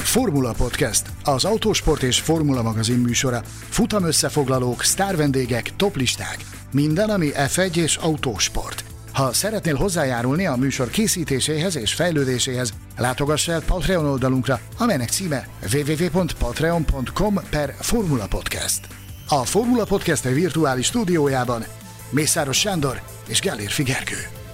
Formula Podcast, az autósport és formula magazin műsora. Futam összefoglalók, sztárvendégek, toplisták. Minden, ami F1 és autósport. Ha szeretnél hozzájárulni a műsor készítéséhez és fejlődéséhez, látogass el Patreon oldalunkra, amelynek címe www.patreon.com/Formula Podcast. A Formula Podcast virtuális stúdiójában Mészáros Sándor és Gellérfi Gergő.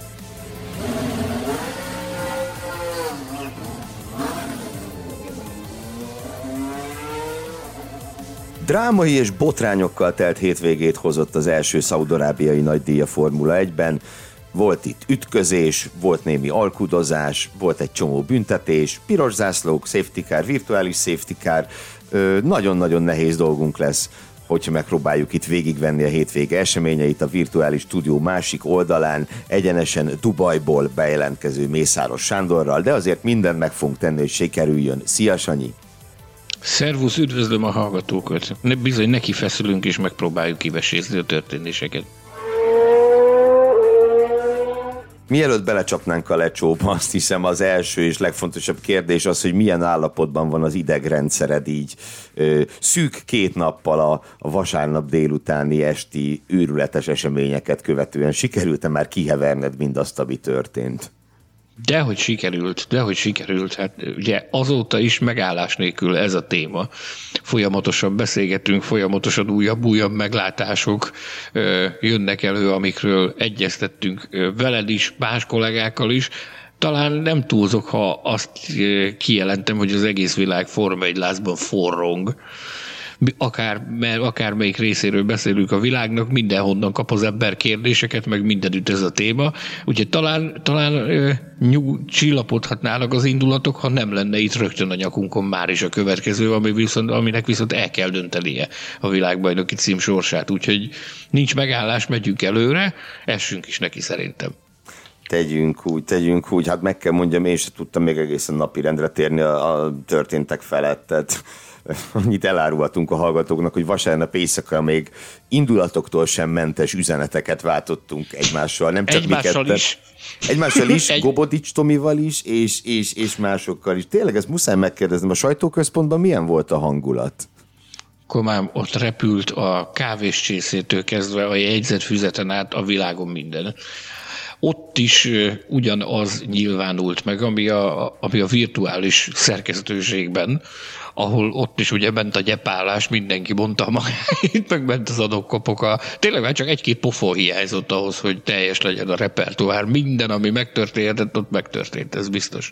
Drámai és botrányokkal telt hétvégét hozott az első szaúd-arábiai nagydíj a Formula 1-ben. Volt itt ütközés, volt némi alkudozás, volt egy csomó büntetés, piros zászlók, safety car, virtuális safety car. Nagyon-nagyon nehéz dolgunk lesz, hogyha megpróbáljuk itt végigvenni a hétvége eseményeit a virtuális stúdió másik oldalán, egyenesen Dubajból bejelentkező Mészáros Sándorral, de azért mindent meg fogunk tenni, hogy sikerüljön. Szia, Sanyi! Szervusz, üdvözlöm a hallgatókat! Bizony neki feszülünk és megpróbáljuk kivesézni a történéseket. Mielőtt belecsapnánk a lecsóba, azt hiszem az első és legfontosabb kérdés az, hogy milyen állapotban van az idegrendszered így szűk 2 nappal a vasárnap délutáni esti őrületes eseményeket követően. Sikerült-e már kiheverned mindazt, ami történt? Dehogy sikerült. Hát ugye azóta is megállás nélkül ez a téma. Folyamatosan beszélgetünk, folyamatosan újabb meglátások jönnek elő, amikről egyeztettünk veled is, más kollégákkal is. Talán nem túlzok, ha azt kijelentem, hogy az egész világ Forma 1 lázban forrong. Akármelyik részéről beszélünk a világnak, mindenhonnan kap az ember kérdéseket, meg mindenütt ez a téma. Úgyhogy talán csillapodhatnának az indulatok, ha nem lenne itt rögtön a nyakunkon már is a következő, aminek viszont el kell döntenie a világbajnoki cím sorsát. Úgyhogy nincs megállás, megyünk előre, essünk is neki szerintem. Tegyünk úgy. Hát meg kell mondjam, én sem tudtam még egészen napirendre térni a történtek felett. Tehát annyit elárulhatunk a hallgatóknak, hogy vasárnap éjszaka még indulatoktól sem mentes üzeneteket váltottunk egymással. Nem csak Egymással is, Gobodics Tomival is, és másokkal is. Tényleg ezt muszáj megkérdeznem, a sajtóközpontban milyen volt a hangulat? Komám, ott repült a kávéscsészétől kezdve a jegyzetfüzeten át a világon minden. Ott is ugyanaz nyilvánult meg, ami a virtuális szerkesztőségben, ahol ott is ugye ment a gyepálás, mindenki mondta magáit, meg ment az adok-kapoka. Tényleg már csak 1-2 pofon hiányzott ahhoz, hogy teljes legyen a repertoár. Minden, ami megtörtént, ott megtörtént, ez biztos.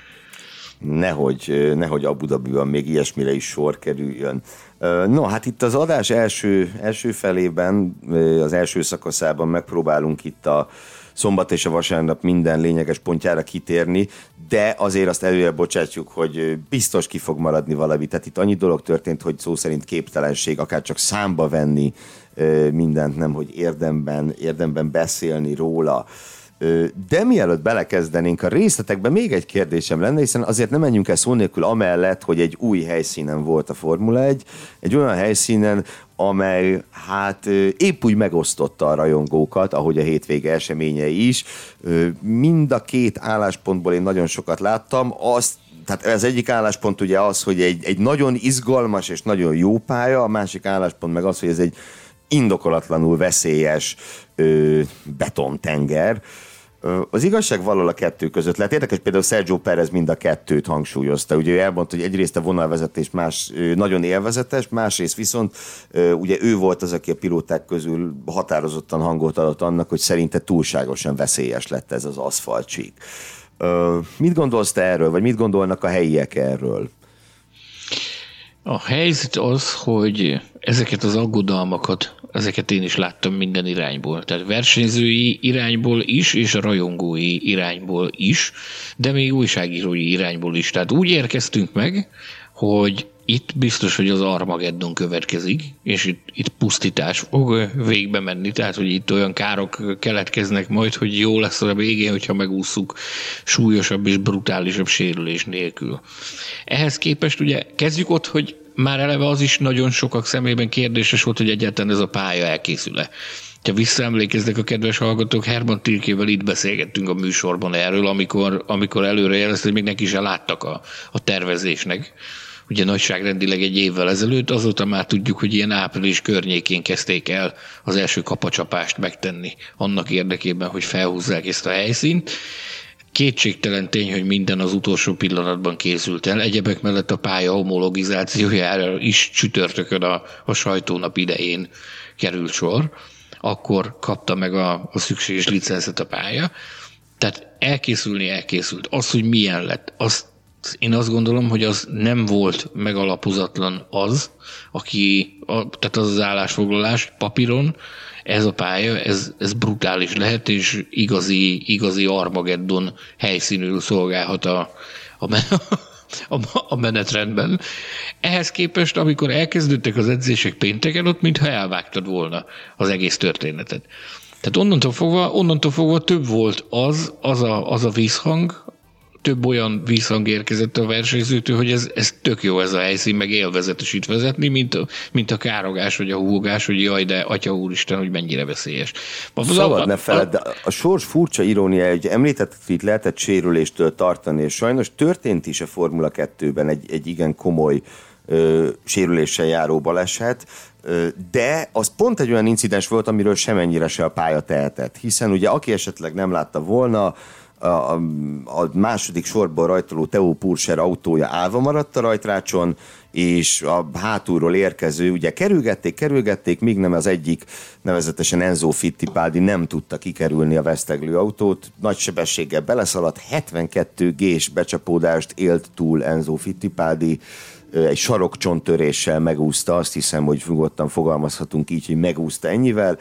Nehogy Abu Dhabiban még ilyesmire is sor kerüljön. No, hát itt az adás első felében, az első szakaszában megpróbálunk itt a szombat és a vasárnap minden lényeges pontjára kitérni, de azért azt előre bocsátjuk, hogy biztos ki fog maradni valami. Tehát itt annyi dolog történt, hogy szó szerint képtelenség, akár csak számba venni mindent, nem, hogy érdemben beszélni róla. De mielőtt belekezdenénk a részletekbe, még egy kérdésem lenne, hiszen azért nem menjünk el szó nélkül amellett, hogy egy új helyszínen volt a Formula 1, egy olyan helyszínen, amely hát épp úgy megosztotta a rajongókat, ahogy a hétvége eseményei is. Mind a 2 álláspontból én nagyon sokat láttam. Tehát az egyik álláspont ugye az, hogy egy nagyon izgalmas és nagyon jó pálya, a másik álláspont meg az, hogy ez egy indokolatlanul veszélyes betontenger. Az igazság valahol a 2 között lehet. Érdekes, például Sergio Perez mind a 2-t hangsúlyozta. Ugye ő elmondta, hogy egyrészt a vonalvezetés nagyon élvezetes, másrészt viszont ugye ő volt az, aki a pilóták közül határozottan hangot adott annak, hogy szerinte túlságosan veszélyes lett ez az aszfaltcsík. Mit gondolsz te erről, vagy mit gondolnak a helyiek erről? A helyzet az, hogy ezeket az aggodalmakat, ezeket én is láttam minden irányból. Tehát versenyzői irányból is, és a rajongói irányból is, de még újságírói irányból is. Tehát úgy érkeztünk meg, hogy itt biztos, hogy az Armageddon következik, és itt pusztítás fog végbe menni, tehát hogy itt olyan károk keletkeznek majd, hogy jó lesz a végén, hogyha megússzuk súlyosabb és brutálisabb sérülés nélkül. Ehhez képest ugye kezdjük ott, hogy már eleve az is nagyon sokak szemében kérdéses volt, hogy egyáltalán ez a pálya elkészül-e. Ha visszaemlékeznek a kedves hallgatók, Herman Tilkével itt beszélgettünk a műsorban erről, amikor előrejelezte, hogy még neki se láttak a tervezésnek. Ugye nagyságrendileg egy évvel ezelőtt, azóta már tudjuk, hogy ilyen április környékén kezdték el az első kapacsapást megtenni annak érdekében, hogy felhúzzák ezt a helyszínt. Kétségtelen tény, hogy minden az utolsó pillanatban készült el. Egyebek mellett a pálya homologizációjára is csütörtökön a sajtónap idején került sor. Akkor kapta meg a szükséges licenszet a pálya. Tehát elkészült. Az, hogy milyen lett, én azt gondolom, hogy az nem volt megalapozatlan tehát az állásfoglalás papíron, ez a pálya, ez brutális lehet, és igazi Armageddon helyszínül szolgálhat a menetrendben. Ehhez képest, amikor elkezdődtek az edzések pénteken, ott mintha elvágtad volna az egész történetet. Tehát onnantól fogva több volt az a vízhang, több olyan vízhang érkezett a versenyzőtől, hogy ez tök jó ez a helyszín, meg élvezetes itt vezetni, mint a károgás, vagy a húgás, hogy jaj, de atya úristen, hogy mennyire veszélyes. Szabad ne feled, de a sors furcsa iróniája, hogy említetted, hogy itt lehetett sérüléstől tartani, és sajnos történt is a Formula 2-ben egy igen komoly sérüléssel járó baleset, de az pont egy olyan incidens volt, amiről semennyire se a pálya tehetett, hiszen ugye aki esetleg nem látta volna, a második sorból rajtoló Theo Pourchaire autója állva maradt a rajtrácson, és a hátulról érkező, ugye kerülgették, míg nem az egyik, nevezetesen Enzo Fittipaldi nem tudta kikerülni a veszteglő autót, nagy sebességgel beleszaladt, 72 G-s becsapódást élt túl Enzo Fittipaldi, egy sarokcsonttöréssel megúszta, azt hiszem, hogy nyugodtan fogalmazhatunk így, hogy megúszta ennyivel,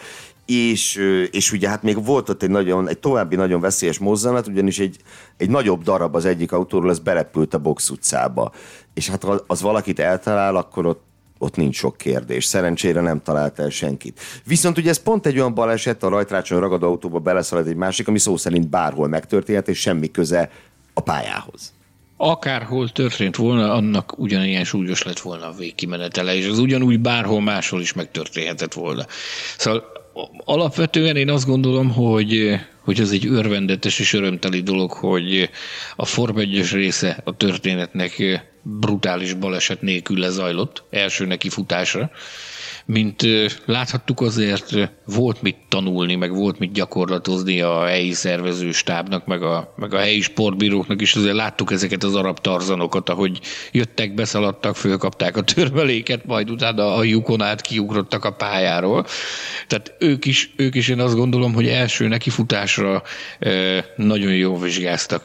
és ugye hát még volt ott egy további nagyon veszélyes mozzanat, ugyanis egy nagyobb darab az egyik autóról, az berepült a box utcába. És hát az valakit eltalál, akkor ott nincs sok kérdés. Szerencsére nem talált el senkit. Viszont ugye ez pont egy olyan baleset, a rajtrácson ragadó autóba beleszalad egy másik, ami szó szerint bárhol megtörténhet, és semmi köze a pályához. Akárhol történt volna, annak ugyanilyen súlyos lett volna a végkimenetele, és az ugyanúgy bárhol máshol is megtörténhetett volna. Szóval alapvetően én azt gondolom, hogy ez egy örvendetes és örömteli dolog, hogy a Form 1-es része a történetnek brutális baleset nélkül lezajlott első nekifutásra. Mint láthattuk, azért volt mit tanulni, meg volt mit gyakorlatozni a helyi szervezőstábnak, meg a helyi sportbíróknak is. Azért láttuk ezeket az arab tarzanokat, ahogy jöttek, beszaladtak, fölkapták a törmeléket, majd utána a lyukon át kiugrottak a pályáról. Tehát ők is én azt gondolom, hogy első nekifutásra nagyon jól vizsgáztak.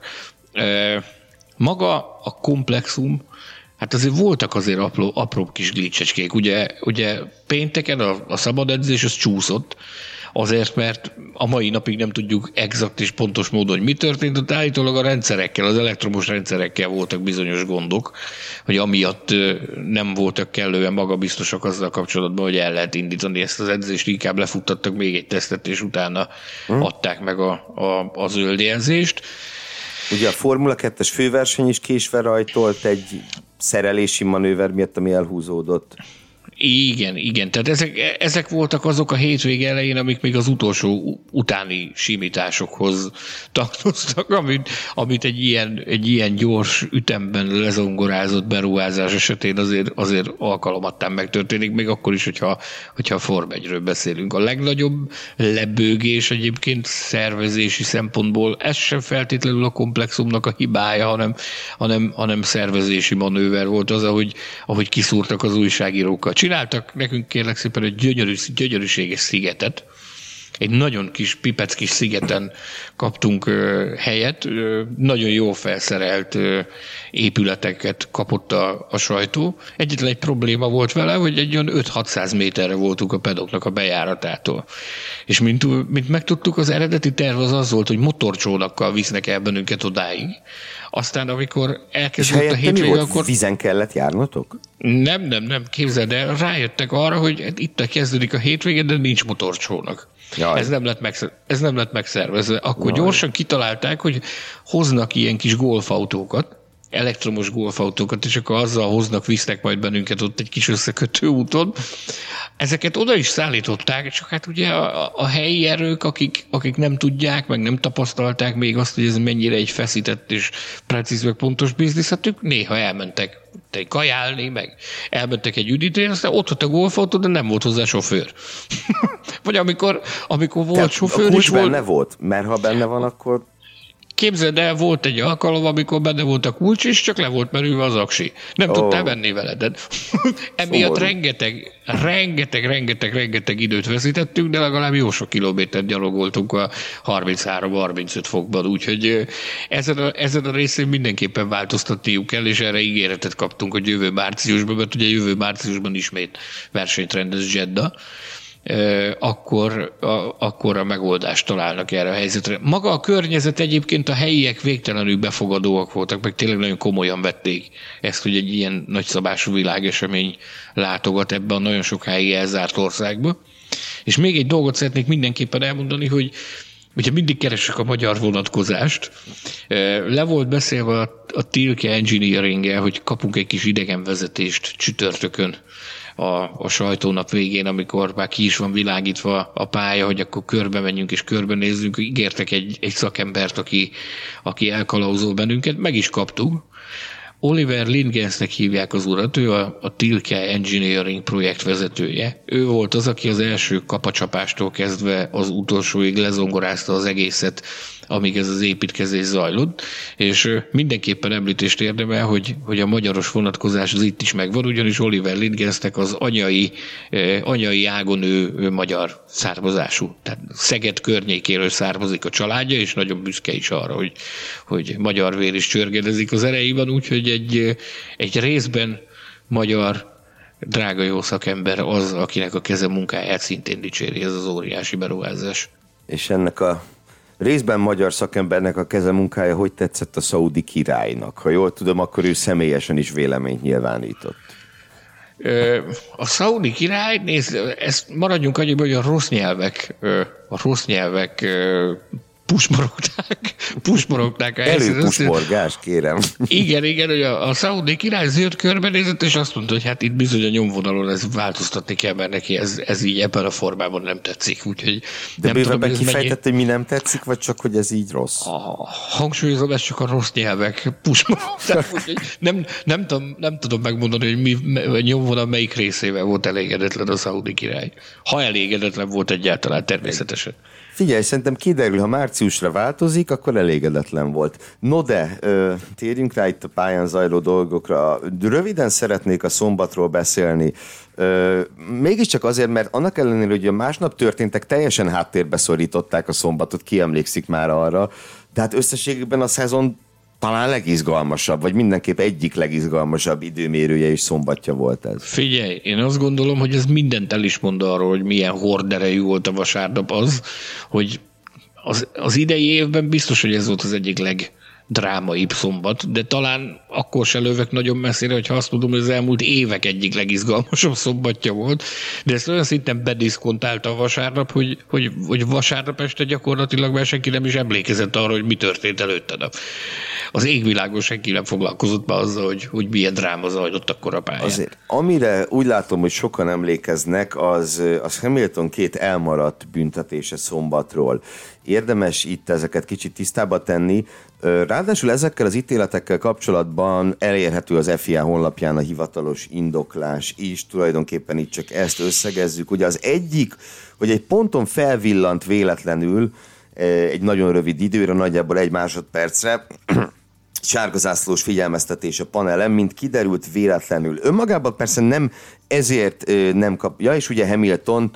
Maga a komplexum, hát azért voltak azért apró kis glitchecskék. Ugye pénteken a szabad edzés az csúszott, azért, mert a mai napig nem tudjuk exakt és pontos módon, hogy mi történt, ott állítólag a rendszerekkel, az elektromos rendszerekkel voltak bizonyos gondok, hogy amiatt nem voltak kellően magabiztosak azzal kapcsolatban, hogy el lehet indítani ezt az edzést, inkább lefuttattak még egy tesztet, és utána adták meg a zöld jelzést. Ugye a Formula 2-es főverseny is késve rajtolt egy szerelési manőver miatt, ami elhúzódott. Igen. Tehát ezek voltak azok a hétvége elején, amik még az utolsó utáni simításokhoz tartoztak, amit egy ilyen gyors ütemben lezongorázott beruházás esetén azért alkalomattán megtörténik, még akkor is, hogyha a Form 1-ről beszélünk. A legnagyobb lebőgés egyébként szervezési szempontból, ez sem feltétlenül a komplexumnak a hibája, hanem szervezési manőver volt az, ahogy kiszúrtak az újságírókat. Csináltak nekünk kérlek szépen egy gyönyörűséges szigetet. Egy nagyon kis, pipeckis szigeten kaptunk helyet. Nagyon jól felszerelt épületeket kapott a sajtó. Egyetlen egy probléma volt vele, hogy egy olyan 5-600 méterre voltunk a pedoknak a bejáratától. És mint megtudtuk, az eredeti terv az volt, hogy motorcsónakkal visznek el bennünket odáig. Aztán, amikor elkezdett a hétvége, akkor... vízen kellett járnotok? Nem, képzeld el, rájöttek arra, hogy itt kezdődik a hétvége, de nincs motorcsónak. Ez nem lett megszervezve. Akkor gyorsan kitalálták, hogy hoznak ilyen kis golfautókat, elektromos golfautókat, és akkor azzal visznek majd bennünket ott egy kis összekötő úton. Ezeket oda is szállították, csak hát ugye a helyi erők, akik nem tudják, meg nem tapasztalták még azt, hogy ez mennyire egy feszített és precíz, meg pontos biznisz, hát ők néha elmentek kajálni, meg elmentek egy üdítőn, aztán ott volt a golfautó, de nem volt hozzá sofőr. Vagy amikor volt sofőr is volt. Benne volt, mert ha benne van, akkor... Képzeld el, volt egy alkalom, amikor benne volt a kulcs, és csak le volt merülve az aksi. Nem tudtál menni vele, de emiatt rengeteg időt veszítettünk, de legalább jó sok kilométert gyalogoltunk a 33-35 fokban, úgyhogy ezen a részén mindenképpen változtatniuk kell, és erre ígéretet kaptunk, hogy jövő márciusban, mert ugye jövő márciusban ismét versenyt rendez Jeddah, akkor a megoldást találnak erre a helyzetre. Maga a környezet egyébként, a helyiek végtelenül befogadóak voltak, meg tényleg nagyon komolyan vették ezt, hogy egy ilyen nagyszabású világesemény látogat ebbe a nagyon sokáig elzárt országba. És még egy dolgot szeretnék mindenképpen elmondani, hogy ugye mindig keresek a magyar vonatkozást. Le volt beszélve a Tilke Engineering-el, hogy kapunk egy kis idegenvezetést csütörtökön a sajtónap végén, amikor már ki is van világítva a pálya, hogy akkor körbe menjünk és körbenézzünk. Ígértek egy szakembert, aki elkalauzol bennünket, meg is kaptuk. Oliver Lindgensnek hívják az urat, ő a Tilke Engineering projekt vezetője. Ő volt az, aki az első kapacsapástól kezdve az utolsóig lezongorázta az egészet, amíg ez az építkezés zajlott, és mindenképpen említést érdemel, hogy a magyaros vonatkozás az itt is megvan, ugyanis Oliver Lindgensnek az anyai ágon ő magyar származású. Tehát Szeged környékéről származik a családja, és nagyon büszke is arra, hogy magyar vér is csörgedezik az erejében, úgyhogy egy részben magyar, drága jó szakember az, akinek a keze munkáját szintén dicséri ez az óriási beruházás. És ennek a részben magyar szakembernek a keze munkája hogy tetszett a szaudi királynak? Ha jól tudom, akkor ő személyesen is véleményt nyilvánított. A szaudi király, nézd, ezt maradjunk annyiban, hogy a rossz nyelvek pusmorogták a helyzetet. Előpusmorgás, kérem. Igen, hogy a szaudi király zöld körbenézett, és azt mondta, hogy hát itt bizony a nyomvonalon ez változtatni kell, mert neki ez így ebben a formában nem tetszik. Úgyhogy de bővebben kifejtett, hogy mi nem tetszik, vagy csak, hogy ez így rossz? Hangsúlyozom, ez csak a rossz nyelvek pusmorogták. Úgyhogy nem tudom megmondani, hogy a nyomvonal melyik részével volt elégedetlen a szaudi király. Ha elégedetlen volt egyáltalán, természetesen. Figyelj, szerintem kiderül, ha márciusra változik, akkor elégedetlen volt. No de, térjünk rá itt a pályán zajló dolgokra. Röviden szeretnék a szombatról beszélni. Mégiscsak azért, mert annak ellenére, hogy a másnap történtek, teljesen háttérbe szorították a szombatot, ki emlékszik már arra. Tehát összességében a szezon talán legizgalmasabb, vagy mindenképp egyik legizgalmasabb időmérője és szombatja volt ez. Figyelj, én azt gondolom, hogy ez mindent el is mond arról, hogy milyen horderejű volt a vasárnap az, hogy az idei évben biztos, hogy ez volt az egyik legdrámaibb szombat, de talán akkor se lövök nagyon messzire, hogyha azt mondom, hogy az elmúlt évek egyik legizgalmasabb szombatja volt, de ezt olyan szinten bediszkontálta a vasárnap, hogy vasárnap este gyakorlatilag már senki nem is emlékezett arra, hogy mi történt előtte nap. Az égvilágon senki nem foglalkozott be azzal, hogy milyen dráma zajlott akkor a pályán. Azért, amire úgy látom, hogy sokan emlékeznek, az Hamilton 2 elmaradt büntetése szombatról. Érdemes itt ezeket kicsit tisztába tenni. Ráadásul ezekkel az ítéletekkel kapcsolatban elérhető az FIA honlapján a hivatalos indoklás is. Tulajdonképpen itt csak ezt összegezzük. Ugye az egyik, hogy egy ponton felvillant véletlenül egy nagyon rövid időre, nagyjából 1 másodpercre, sárgazászlós figyelmeztetés a panelen, mint kiderült véletlenül. Önmagában persze nem ezért nem kapja, és ugye Hamilton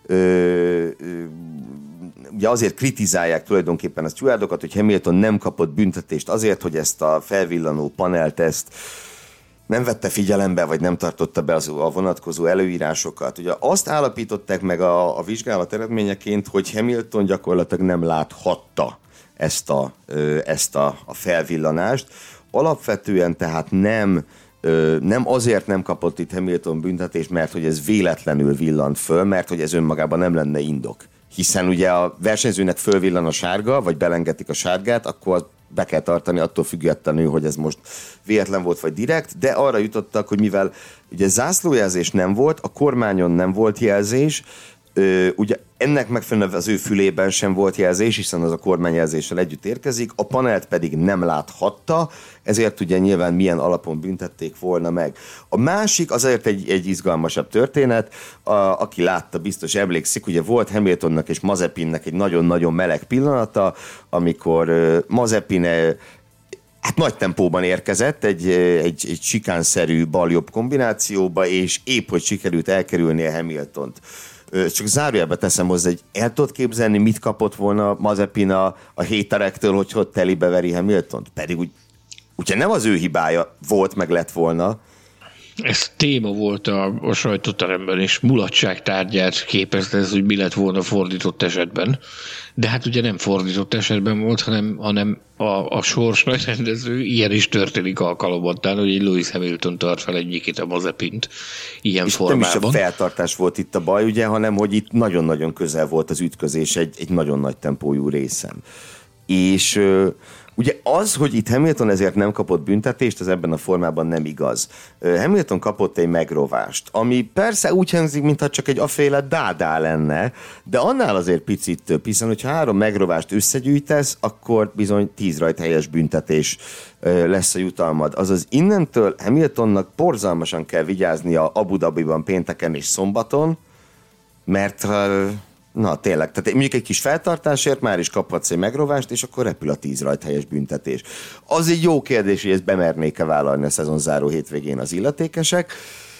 ugye azért kritizálják tulajdonképpen a stewardokat, hogy Hamilton nem kapott büntetést azért, hogy ezt a felvillanó panelteszt nem vette figyelembe, vagy nem tartotta be a vonatkozó előírásokat. Ugye azt állapították meg a vizsgálat eredményeként, hogy Hamilton gyakorlatilag nem láthatta ezt a felvillanást. Alapvetően tehát nem azért nem kapott itt Hamilton büntetést, mert hogy ez véletlenül villant föl, mert hogy ez önmagában nem lenne indok. Hiszen ugye a versenyzőnek fölvillan a sárga, vagy belengetik a sárgát, akkor be kell tartani, attól függetlenül, hogy ez most véletlen volt, vagy direkt, de arra jutottak, hogy mivel ugye zászlójelzés nem volt, a kormányon nem volt jelzés, ugye ennek megfelelően az ő fülében sem volt jelzés, hiszen az a kormányjelzéssel együtt érkezik, a panelt pedig nem láthatta, ezért ugye nyilván milyen alapon büntették volna meg. A másik azért egy izgalmasabb történet, aki látta, biztos emlékszik, ugye volt Hamiltonnak és Mazepinnek egy nagyon-nagyon meleg pillanata, amikor Mazepin hát nagy tempóban érkezett egy sikánszerű bal-jobb kombinációba, és épp hogy sikerült elkerülnie Hamiltont. Csak zárójelbe teszem hozzá, hogy el tudod képzelni, mit kapott volna Mazepin a héterektől, hogy ott telibe veri Hamiltont? Pedig ugye nem az ő hibája volt, meg lett volna. Ez téma volt a sajtóteremben, és mulatság tárgyát képezte ez, hogy mi lett volna fordított esetben. De hát ugye nem fordított esetben volt, hanem a sors nagy rendező, ilyen is történik alkalomattán, hogy egy Lewis Hamilton tart fel egyikét a Mazepint ilyen és formában. Nem is a feltartás volt itt a baj, ugye, hanem hogy itt nagyon-nagyon közel volt az ütközés egy nagyon nagy tempójú részen. És ugye az, hogy itt Hamilton ezért nem kapott büntetést, az ebben a formában nem igaz. Hamilton kapott egy megrovást, ami persze úgy hangzik, mintha csak egy aféle dádá lenne, de annál azért picit több, hiszen hogyha 3 megrovást összegyűjtesz, akkor bizony 10 rajthelyes büntetés lesz a jutalmad. Azaz innentől Hamiltonnak borzalmasan kell vigyáznia Abu Dhabiban pénteken és szombaton, mert na tényleg, tehát mondjuk egy kis feltartásért már is kaphatsz egy megrovást, és akkor repül a 10 rajthelyes büntetés. Az egy jó kérdés, hogy ezt bemernék-e vállalni a szezonzáró hétvégén az illetékesek.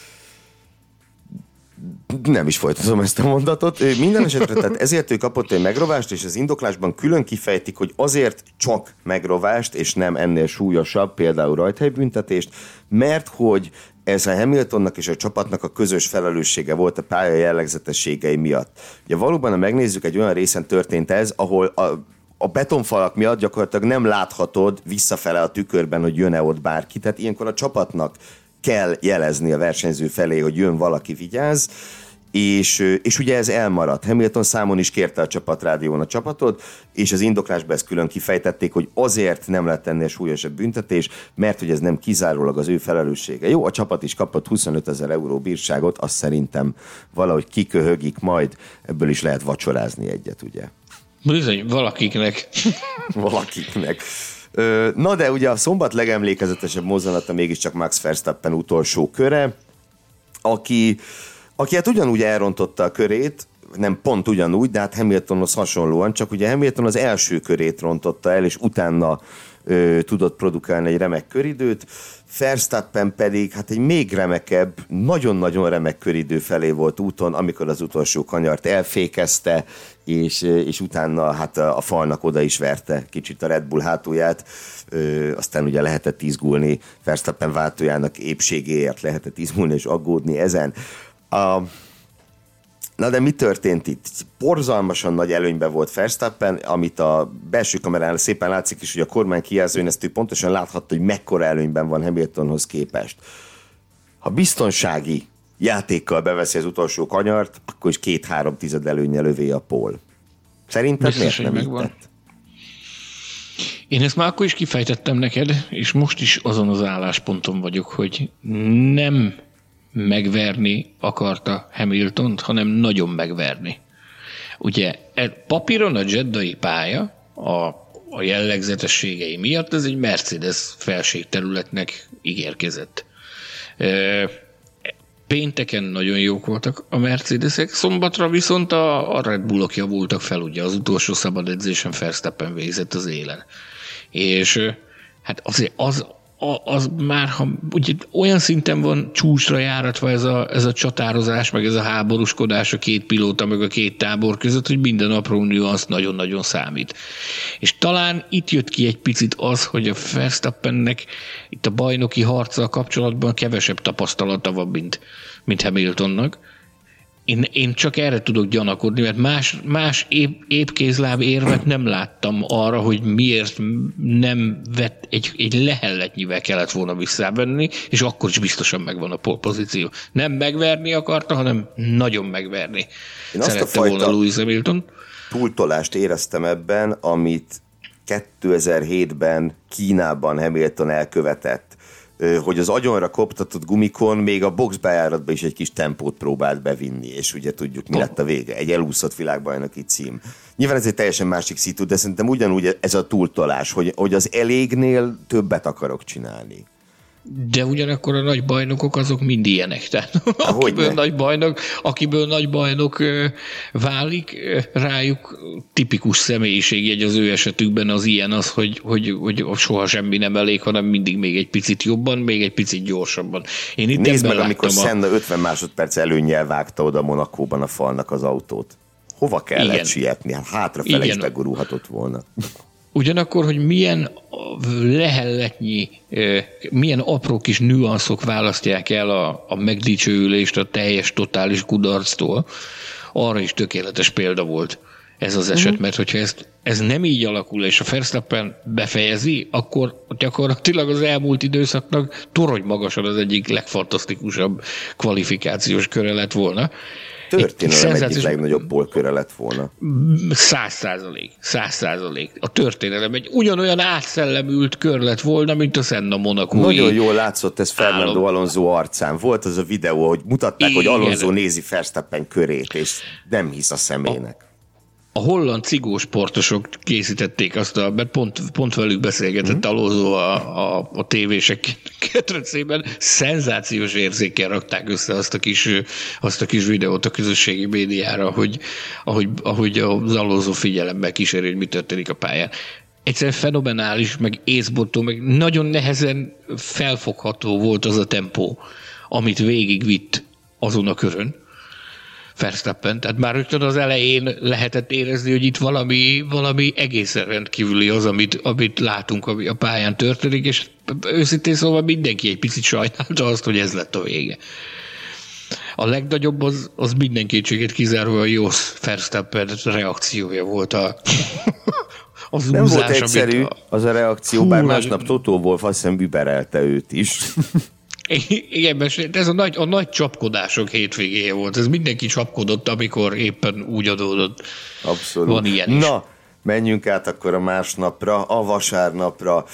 Nem is folytatom ezt a mondatot. Minden esetre, tehát ezért ő kapott egy megrovást, és az indoklásban külön kifejtik, hogy azért csak megrovást, és nem ennél súlyosabb, például rajthelybüntetést, mert hogy ez a Hamiltonnak és a csapatnak a közös felelőssége volt a pálya jellegzetességei miatt. Ugye valóban, ha megnézzük, egy olyan részen történt ez, ahol a betonfalak miatt gyakorlatilag nem láthatod visszafele a tükörben, hogy jön-e ott bárki, tehát ilyenkor a csapatnak kell jelezni a versenyző felé, hogy jön valaki, vigyázz, és ugye ez elmaradt. Hamilton számon is kérte a csapatrádión a csapatot, és az indoklásban ezt külön kifejtették, hogy azért nem lett ennél súlyosabb büntetés, mert hogy ez nem kizárólag az ő felelőssége. Jó, a csapat is kapott 25 000 euró bírságot, azt szerintem valahogy kiköhögik majd, ebből is lehet vacsorázni egyet, ugye? Bizony, valakiknek. Valakiknek. Na de ugye a szombat legemlékezetesebb mozzanata mégiscsak Max Verstappen utolsó köre, aki hát ugyanúgy elrontotta a körét, nem pont ugyanúgy, de hát Hamiltonhoz hasonlóan, csak ugye Hamilton az első körét rontotta el, és utána tudott produkálni egy remek köridőt, Verstappen pedig hát egy még remekebb, nagyon-nagyon remek köridő felé volt úton, amikor az utolsó kanyart elfékezte, és utána hát a falnak oda is verte kicsit a Red Bull hátulját, aztán ugye lehetett izgulni, Verstappen váltójának épségéért lehetett izgulni és aggódni ezen. Na de mi történt itt? Borzalmasan nagy előnyben volt Verstappen, amit a belső kamerán szépen látszik is, hogy a kormány kijelzőn ezt ő pontosan láthatta, hogy mekkora előnyben van Hamiltonhoz képest. Ha biztonsági játékkal beveszi az utolsó kanyart, akkor is 2-3 előnnyel övé a pól. Szerinted biztos, miért nem így tett? Én ezt már akkor is kifejtettem neked, és most is azon az állásponton vagyok, hogy nem megverni akarta Hamiltont, hanem nagyon megverni. Ugye papíron a jeddai pálya a jellegzetességei miatt ez egy Mercedes felségterületnek ígérkezett. Pénteken nagyon jók voltak a Mercedesek, szombatra viszont a Red Bullok javultak fel, ugye az utolsó szabad edzésen Verstappen végzett az élen. És hát azért az már, ha ugye olyan szinten van csúcsra járatva ez a csatározás, meg ez a háborúskodás a két pilóta, meg a két tábor között, hogy minden apró nüansz nagyon-nagyon számít. És talán itt jött ki egy picit az, hogy a Verstappennek itt a bajnoki harccal kapcsolatban kevesebb tapasztalata van, mint Hamiltonnak. Én csak erre tudok gyanakodni, mert más épkézláb érvet nem láttam arra, hogy miért nem vett egy lehelletnyivel kellett volna visszavenni, és akkor is biztosan megvan a pozíció. Nem megverni akarta, hanem nagyon megverni. Én szerette volna Lewis Hamilton. Túltolást éreztem ebben, amit 2007-ben Kínában Hamilton elkövetett, hogy az agyonra koptatott gumikon még a boxbejáratban is egy kis tempót próbált bevinni, és ugye tudjuk, mi lett a vége. Egy elúszott világbajnoki cím. Nyilván ez egy teljesen másik szitu, de szerintem ugyanúgy ez a túltolás, hogy az elégnél többet akarok csinálni. De ugyanakkor a nagy bajnokok azok mind ilyenek. Tehát akiből nagy bajnok válik, rájuk tipikus személyiségjegy az ő esetükben az ilyen az, hogy soha semmi nem elég, hanem mindig még egy picit jobban, még egy picit gyorsabban. Én itt nézd meg, amikor Senna 50 másodperc előnnyel vágta oda Monakóban a falnak az autót. Hova kellett sietni? Hát hátrafele is begurulhatott volna. Ugyanakkor, hogy milyen lehelletnyi, milyen apró kis nüanszok választják el a megdicsőülést a teljes, totális kudarctól, arra is tökéletes példa volt ez az eset, mert hogyha ez nem így alakul, és a Verstappen befejezi, akkor gyakorlatilag az elmúlt időszaknak torony magasan az egyik legfantasztikusabb kvalifikációs köre lett volna. Történelem egyik legnagyobb polköre lett volna. 100%. A történelem egy ugyanolyan átszellemült kör lett volna, mint a Senna Monacói. Nagyon jól látszott ez Fernando Alonso arcán. Volt az a videó, hogy mutatták, hogy Alonso nézi Verstappen körét, és nem hisz a szemének. A holland cigósportosok készítették azt, mert pont velük beszélgetett Alonso a tévések ketrecében, szenzációs érzékkel rakták össze azt a kis videót a közösségi médiára, ahogy az Alonso figyelemmel kíséri, hogy mi történik a pályán. Egyszerűen fenomenális, meg észbortó, meg nagyon nehezen felfogható volt az a tempó, amit végigvitt azon a körön Verstappen. Tehát már rögtön az elején lehetett érezni, hogy itt valami egészen rendkívüli az, amit látunk, ami a pályán történik, és őszintén szóval mindenki egy picit sajnálta azt, hogy ez lett a vége. A legnagyobb az minden kétséget kizárva a Jos Verstappen reakciója volt az nem volt egyszerű az a reakció, bár másnap Toto Wolff azt hiszem biberelte őt is. Igen, mert ez a nagy csapkodások hétvégéje volt. Ez mindenki csapkodott, amikor éppen úgy adódott. Abszolút. Van ilyen is. Na, menjünk át akkor a másnapra, a vasárnapra.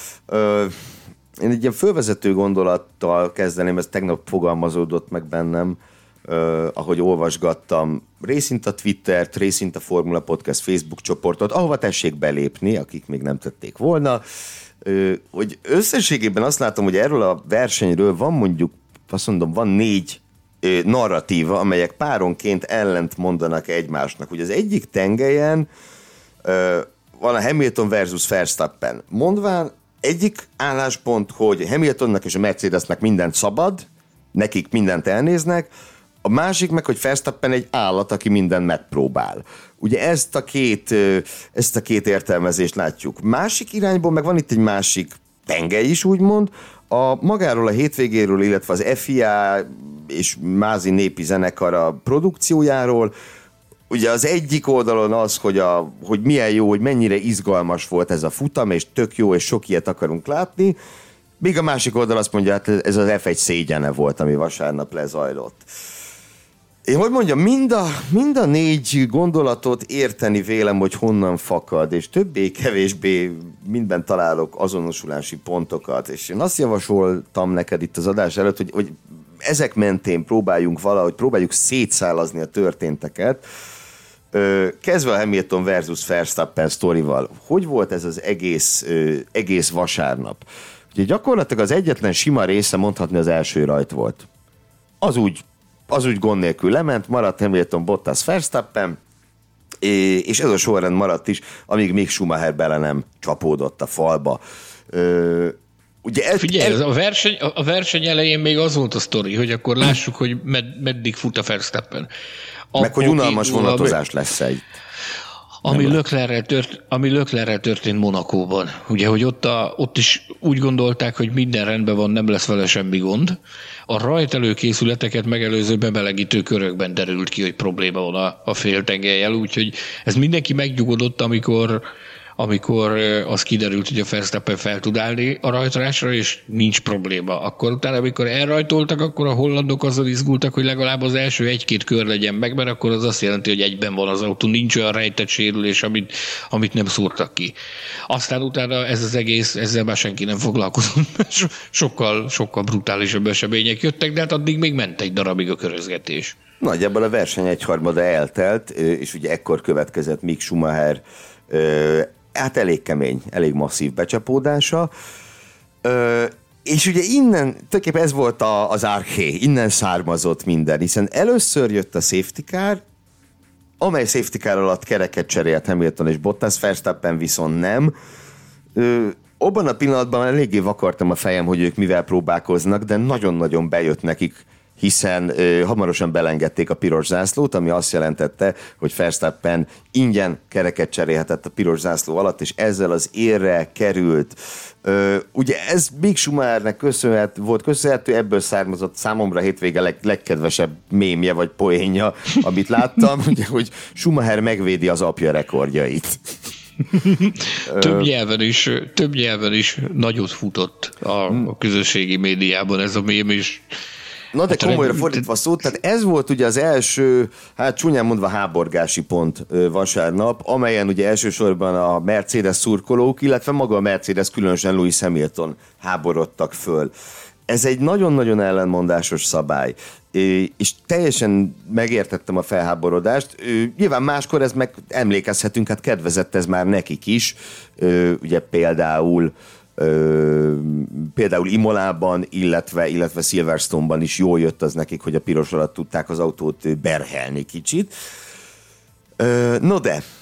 Én egy ilyen fölvezető gondolattal kezdeném, ez tegnap fogalmazódott meg bennem, ahogy olvasgattam, részint a Twittert, részint a Formula Podcast Facebook csoportot, ahova tessék belépni, akik még nem tették volna, hogy összességében azt látom, hogy erről a versenyről van mondjuk, azt mondom, van 4 narratíva, amelyek páronként ellent mondanak egymásnak. Ugye az egyik tengelyen van a Hamilton versus Verstappen. Mondván egyik álláspont, hogy Hamiltonnak és a Mercedesnek mindent szabad, nekik mindent elnéznek, a másik meg, hogy Verstappen egy állat, aki mindent megpróbál. Ugye ezt a két értelmezést látjuk. Másik irányból meg van itt egy másik tengely is, úgymond, magáról a hétvégéről, illetve az FIA és Mázi népi zenekara produkciójáról. Ugye az egyik oldalon az, hogy milyen jó, hogy mennyire izgalmas volt ez a futam, és tök jó, és sok ilyet akarunk látni, míg a másik oldal azt mondja, hát ez az F1 szégyene volt, ami vasárnap lezajlott. Én hogy mondjam, mind a 4 gondolatot érteni vélem, hogy honnan fakad, és többé-kevésbé mindben találok azonosulási pontokat, és én azt javasoltam neked itt az adás előtt, hogy ezek mentén próbáljuk szétszálazni a történteket, kezdve a Hamilton versus Verstappen sztorival. Hogy volt ez az egész vasárnap? Ugye gyakorlatilag az egyetlen sima része mondhatni az első rajt volt. Az úgy gond nélkül lement, maradt Hamilton, Bottas, Verstappen, és ez a sorrend maradt is, amíg még Schumacher bele nem csapódott a falba. Ugye figyelj, a verseny elején még az volt a sztori, hogy akkor lássuk, hogy meddig fut a Verstappen. Meg hogy unalmas vonatozás lesz itt. Ami Leclerrel történt Monacóban. Ugye, hogy ott is úgy gondolták, hogy minden rendben van, nem lesz vele semmi gond. A rajtelőkészületeket megelőző bemelegítő körökben derült ki, hogy probléma van a féltengellyel, úgyhogy ez mindenki megnyugodott, amikor amikor az kiderült, hogy a Verstappen fel tud állni a rajtrásra, és nincs probléma. Akkor utána, amikor elrajtoltak, akkor a hollandok azzal izgultak, hogy legalább az első 1-2 kör legyen meg, mert akkor az azt jelenti, hogy egyben van az autó, nincs olyan rejtett sérülés, amit nem szúrtak ki. Aztán utána ez az egész, ezzel már senki nem foglalkozott, sokkal brutálisabb események jöttek, de hát addig még ment egy darabig a körözgetés. Nagyjából a verseny egyharmada eltelt, és ugye ekkor következett Mick Schumacher hát elég kemény, elég masszív becsapódása, és ugye innen, tulajdonképpen ez volt az arché, innen származott minden, hiszen először jött a safety car, amely safety car alatt kereket cserélt Hamilton és Bottas, Verstappen viszont nem. Abban a pillanatban eléggé vakartam a fejem, hogy ők mivel próbálkoznak, de nagyon-nagyon bejött nekik, hiszen hamarosan belengedték a piros zászlót, ami azt jelentette, hogy Verstappen ingyen kereket cserélhetett a piros zászló alatt, és ezzel az érre került. Ugye ez Mick Schumachernek volt köszönhető, ebből származott számomra hétvége legkedvesebb mémje vagy poénja, amit láttam, ugye, hogy Schumacher megvédi az apja rekordjait. Több nyelven is nagyot futott a közösségi médiában ez a mém is. Na de komolyra fordítva szót, tehát ez volt ugye az első, hát csúnyán mondva háborgási pont vasárnap, amelyen ugye elsősorban a Mercedes szurkolók, illetve maga a Mercedes, különösen Lewis Hamilton háborodtak föl. Ez egy nagyon-nagyon ellenmondásos szabály, és teljesen megértettem a felháborodást. Nyilván máskor ez meg emlékezhetünk, hát kedvezett ez már nekik is, ugye például Imolában, illetve Silverstone-ban is jól jött az nekik, hogy a piros alatt tudták az autót berhelni kicsit. No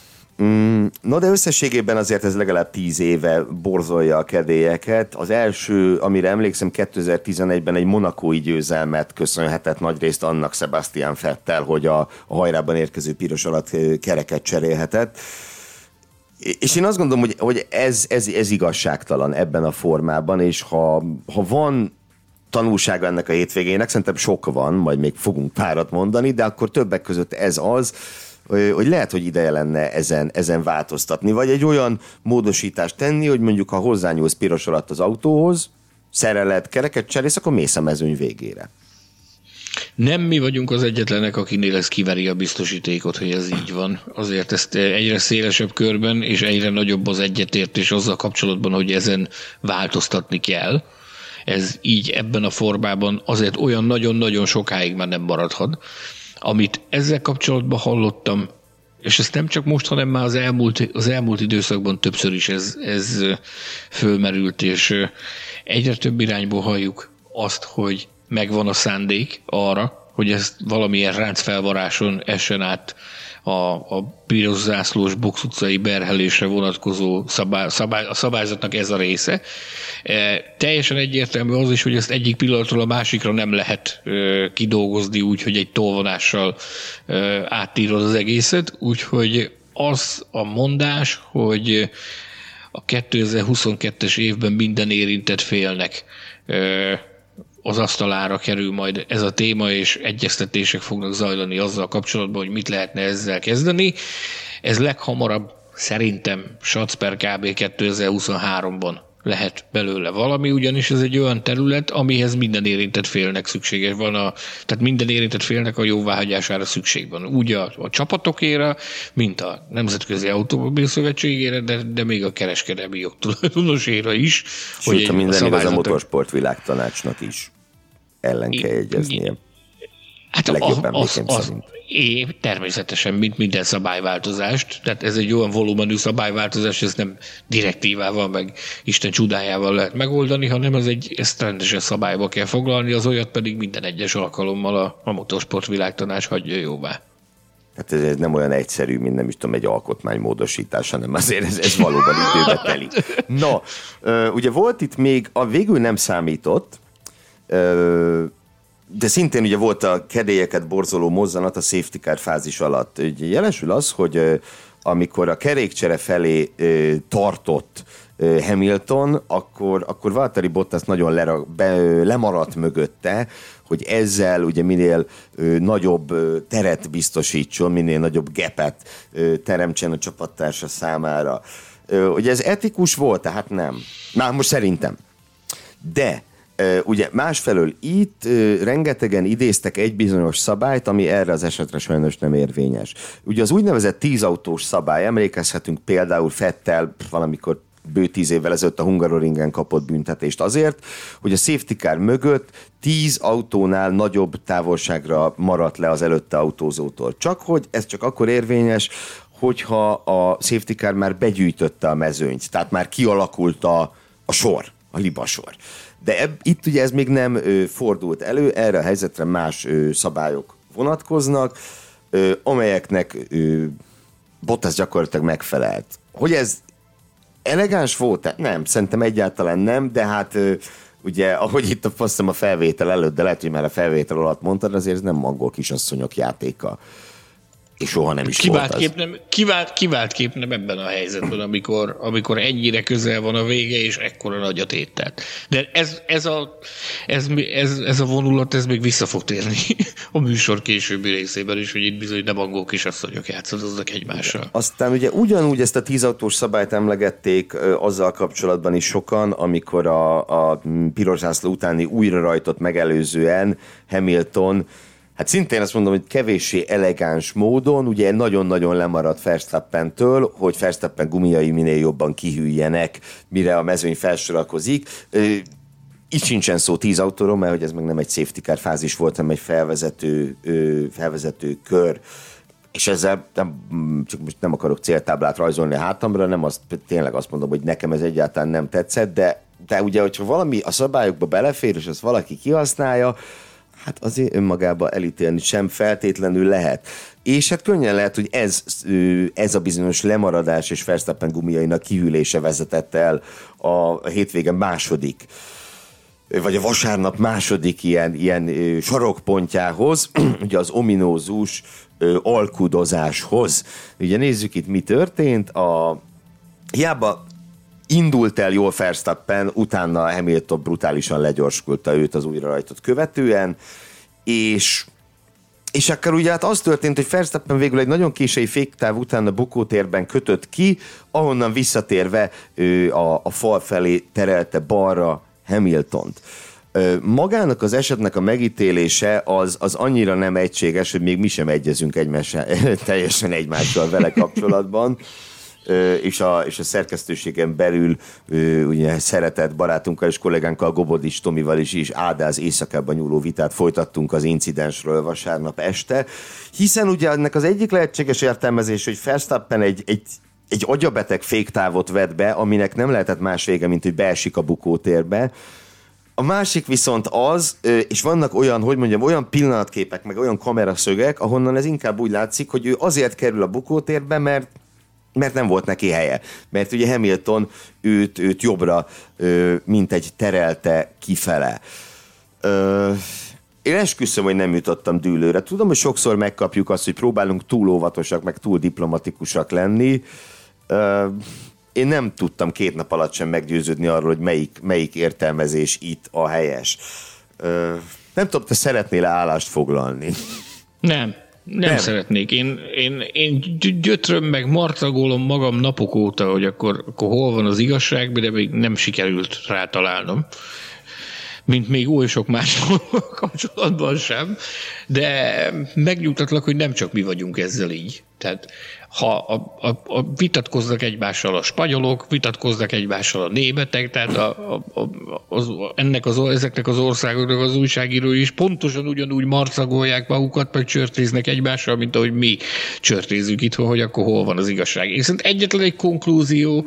de összességében azért ez legalább 10 éve borzolja a kedélyeket. Az első, amire emlékszem, 2011-ben egy monakói győzelmet köszönhetett nagyrészt annak Sebastian Vettel, hogy a hajrában érkező piros alatt kereket cserélhetett. És én azt gondolom, hogy ez igazságtalan ebben a formában, és ha van tanulsága ennek a hétvégének, szerintem sok van, majd még fogunk párat mondani, de akkor többek között ez az, hogy lehet, hogy ideje lenne ezen változtatni, vagy egy olyan módosítást tenni, hogy mondjuk ha hozzányúlsz piros alatt az autóhoz, szereled, kereket cserélsz, akkor mész a mezőny végére. Nem mi vagyunk az egyetlenek, akinél ez kiveri a biztosítékot, hogy ez így van. Azért ezt egyre szélesebb körben és egyre nagyobb az egyetértés azzal kapcsolatban, hogy ezen változtatni kell. Ez így ebben a formában azért olyan nagyon-nagyon sokáig már nem maradhat. Amit ezzel kapcsolatban hallottam, és ez nem csak most, hanem már az elmúlt időszakban többször is ez fölmerült, és egyre több irányból halljuk azt, hogy megvan a szándék arra, hogy ezt valamilyen ráncfelvaráson essen át a piros zászlós box utcai berhelésre vonatkozó a szabályzatnak ez a része. Teljesen egyértelmű az is, hogy ezt egyik pillanatról a másikra nem lehet kidolgozni úgy, hogy egy tolvonással áttírod az egészet, úgyhogy az a mondás, hogy a 2022-es évben minden érintett félnek az asztalára kerül majd ez a téma, és egyeztetések fognak zajlani azzal kapcsolatban, hogy mit lehetne ezzel kezdeni. Ez leghamarabb szerintem SAC per kb. 2023-ban lehet belőle valami, ugyanis ez egy olyan terület, amihez minden érintett félnek szüksége van, tehát minden érintett félnek a jóváhagyására szükség van. Úgy a csapatokére, mint a Nemzetközi Automobil Szövetségére, de még a kereskedelmi jogtulajdonosére is. Sőt, minden igaz a Motorsport Világtanácsnak is ellen kell jegyeznie. Hát természetesen, mint minden szabályváltozást, tehát ez egy olyan volumenű szabályváltozás, ez nem direktívával, meg Isten csodájával lehet megoldani, hanem ezt rendesen szabályba kell foglalni, az olyat pedig minden egyes alkalommal a Motorsport Világtanács hagyja jóvá. Hát ez nem olyan egyszerű, mint nem is tudom, egy alkotmánymódosítás, hanem azért ez valóban időbe telik. No, ugye volt itt még, végül nem számított, de szintén ugye volt a kedélyeket borzoló mozzanat a safety car fázis alatt. Ugye jelesül az, hogy amikor a kerékcsere felé tartott Hamilton, akkor Valtteri Bottas nagyon lemaradt mögötte, hogy ezzel ugye minél nagyobb teret biztosítson, minél nagyobb gapet teremtsen a csapattársa számára. Ugye ez etikus volt, tehát nem. Már most szerintem. De ugye másfelől itt rengetegen idéztek egy bizonyos szabályt, ami erre az esetre sajnos nem érvényes. Ugye az úgynevezett 10 autós szabály, emlékezhetünk például Vettel valamikor bő 10 évvel ezelőtt a Hungaroringen kapott büntetést azért, hogy a safety car mögött 10 autónál nagyobb távolságra maradt le az előtte autózótól. Csak hogy ez csak akkor érvényes, hogyha a safety car már begyűjtötte a mezőnyt, tehát már kialakult a sor, a libasor. De itt ugye ez még nem fordult elő, erre a helyzetre más szabályok vonatkoznak, amelyeknek Bottas gyakorlatilag megfelelt. Hogy ez elegáns volt? Nem, szerintem egyáltalán nem, de hát ugye, ahogy itt azt hiszem a felvétel előtt, de lehet, hogy már a felvétel alatt mondtad, azért ez nem angol kisasszonyok játéka. És soha nem is volt az. Kivált kép nem ebben a helyzetben, amikor ennyire közel van a vége, és ekkora nagy a tételt. De ez a vonulat, ez még vissza fog térni a műsor későbbi részében is, hogy itt bizony nem angol kisasszonyok játszadoznak egymással. Aztán ugye ugyanúgy ezt a 10 autós szabályt emlegették azzal kapcsolatban is sokan, amikor a piros zászló utáni újrarajtot megelőzően Hamilton, hát szintén azt mondom, hogy kevéssé elegáns módon, ugye nagyon-nagyon lemaradt Verstappentől, hogy Verstappen gumiai minél jobban kihűljenek, mire a mezőny felsorakozik. Itt sincsen szó 10 autóról, mert hogy ez meg nem egy safety car fázis volt, hanem egy felvezető kör. És ezzel csak most nem akarok céltáblát rajzolni a hátamra, tényleg azt mondom, hogy nekem ez egyáltalán nem tetszett, de ugye, hogyha valami a szabályokba belefér, és azt valaki kihasználja, hát azért önmagába elítélni sem feltétlenül lehet. És hát könnyen lehet, hogy ez a bizonyos lemaradás és Verstappen gumiainak kihűlése vezetett el a hétvége második, vagy a vasárnap második ilyen sarokpontjához, ugye az ominózus alkudozáshoz. Ugye nézzük itt, mi történt. Hiába indult el jól Verstappen, utána Hamilton brutálisan legyorskulta őt az újrarajtot követően, és akkor ugye hát az történt, hogy Verstappen végül egy nagyon késői féktáv után a bukótérben kötött ki, ahonnan visszatérve a fal felé terelte balra Hamiltont. Magának az esetnek a megítélése az annyira nem egységes, hogy még mi sem egyezünk teljesen egymással vele kapcsolatban. És a szerkesztőségen belül ugye szeretett barátunkkal és kollégánkkal, Gobodis Tomival is ádáz éjszakában nyúló vitát folytattunk az incidensről vasárnap este, hiszen ugye ennek az egyik lehetséges értelmezés, hogy Verstappen egy agyabeteg féktávot vett be, aminek nem lehetett más vége, mint hogy beesik a bukótérbe. A másik viszont az, és vannak olyan pillanatképek, meg olyan kameraszögek, ahonnan ez inkább úgy látszik, hogy ő azért kerül a bukótérbe, mert nem volt neki helye. Mert ugye Hamilton őt jobbra mintegy terelte kifele. Én esküszöm, hogy nem jutottam dűlőre. Tudom, hogy sokszor megkapjuk azt, hogy próbálunk túl óvatosak, meg túl diplomatikusak lenni. Én nem tudtam 2 nap alatt sem meggyőződni arról, hogy melyik értelmezés itt a helyes. Nem tudom, te szeretnél állást foglalni? Nem szeretnék. Én gyötröm meg marcagolom magam napok óta, hogy akkor hol van az igazság, de még nem sikerült rátalálnom. Mint még oly sok más kapcsolatban sem. De megnyugtatlak, hogy nem csak mi vagyunk ezzel így. Tehát ha vitatkoznak egymással a spanyolok, vitatkoznak egymással a németek, tehát ezeknek az országoknak az újságírói is pontosan ugyanúgy marcagolják magukat, meg csörtéznek egymással, mint ahogy mi csörtézzük itthon, hogy akkor hol van az igazság. És szerintem egyetlen egy konklúzió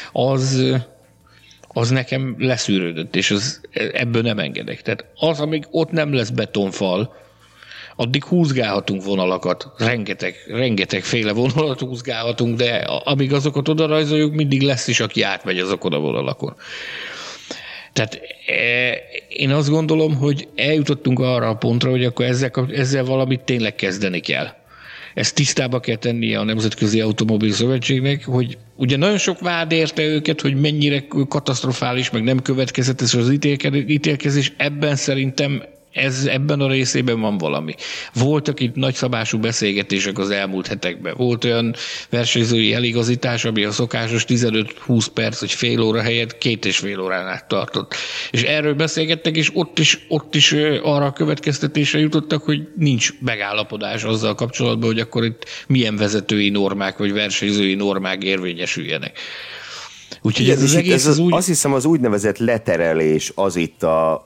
az nekem leszűrődött, és ebből nem engedek. Tehát amíg ott nem lesz betonfal, addig húzgálhatunk vonalakat, rengetegféle vonalat húzgálhatunk, de amíg azokat oda rajzoljuk, mindig lesz is, aki átmegy azokon a vonalakon. Tehát én azt gondolom, hogy eljutottunk arra a pontra, hogy akkor ezzel valamit tényleg kezdeni kell. Ezt tisztába kell tennie a Nemzetközi Automobil Szövetségnek, hogy ugye nagyon sok vád érte őket, hogy mennyire katasztrofális, meg nem következetes az ítélkezés, ebben szerintem Ebben a részében van valami. Voltak itt nagyszabású beszélgetések az elmúlt hetekben. Volt olyan versenyzői eligazítás, ami a szokásos 15-20 perc, vagy fél óra helyett 2,5 órán át tartott. És erről beszélgettek, és ott is arra a következtetésre jutottak, hogy nincs megállapodás azzal kapcsolatban, hogy akkor itt milyen vezetői normák, vagy versenyzői normák érvényesüljenek. Úgyhogy ez egész azt hiszem, az úgynevezett leterelés az itt a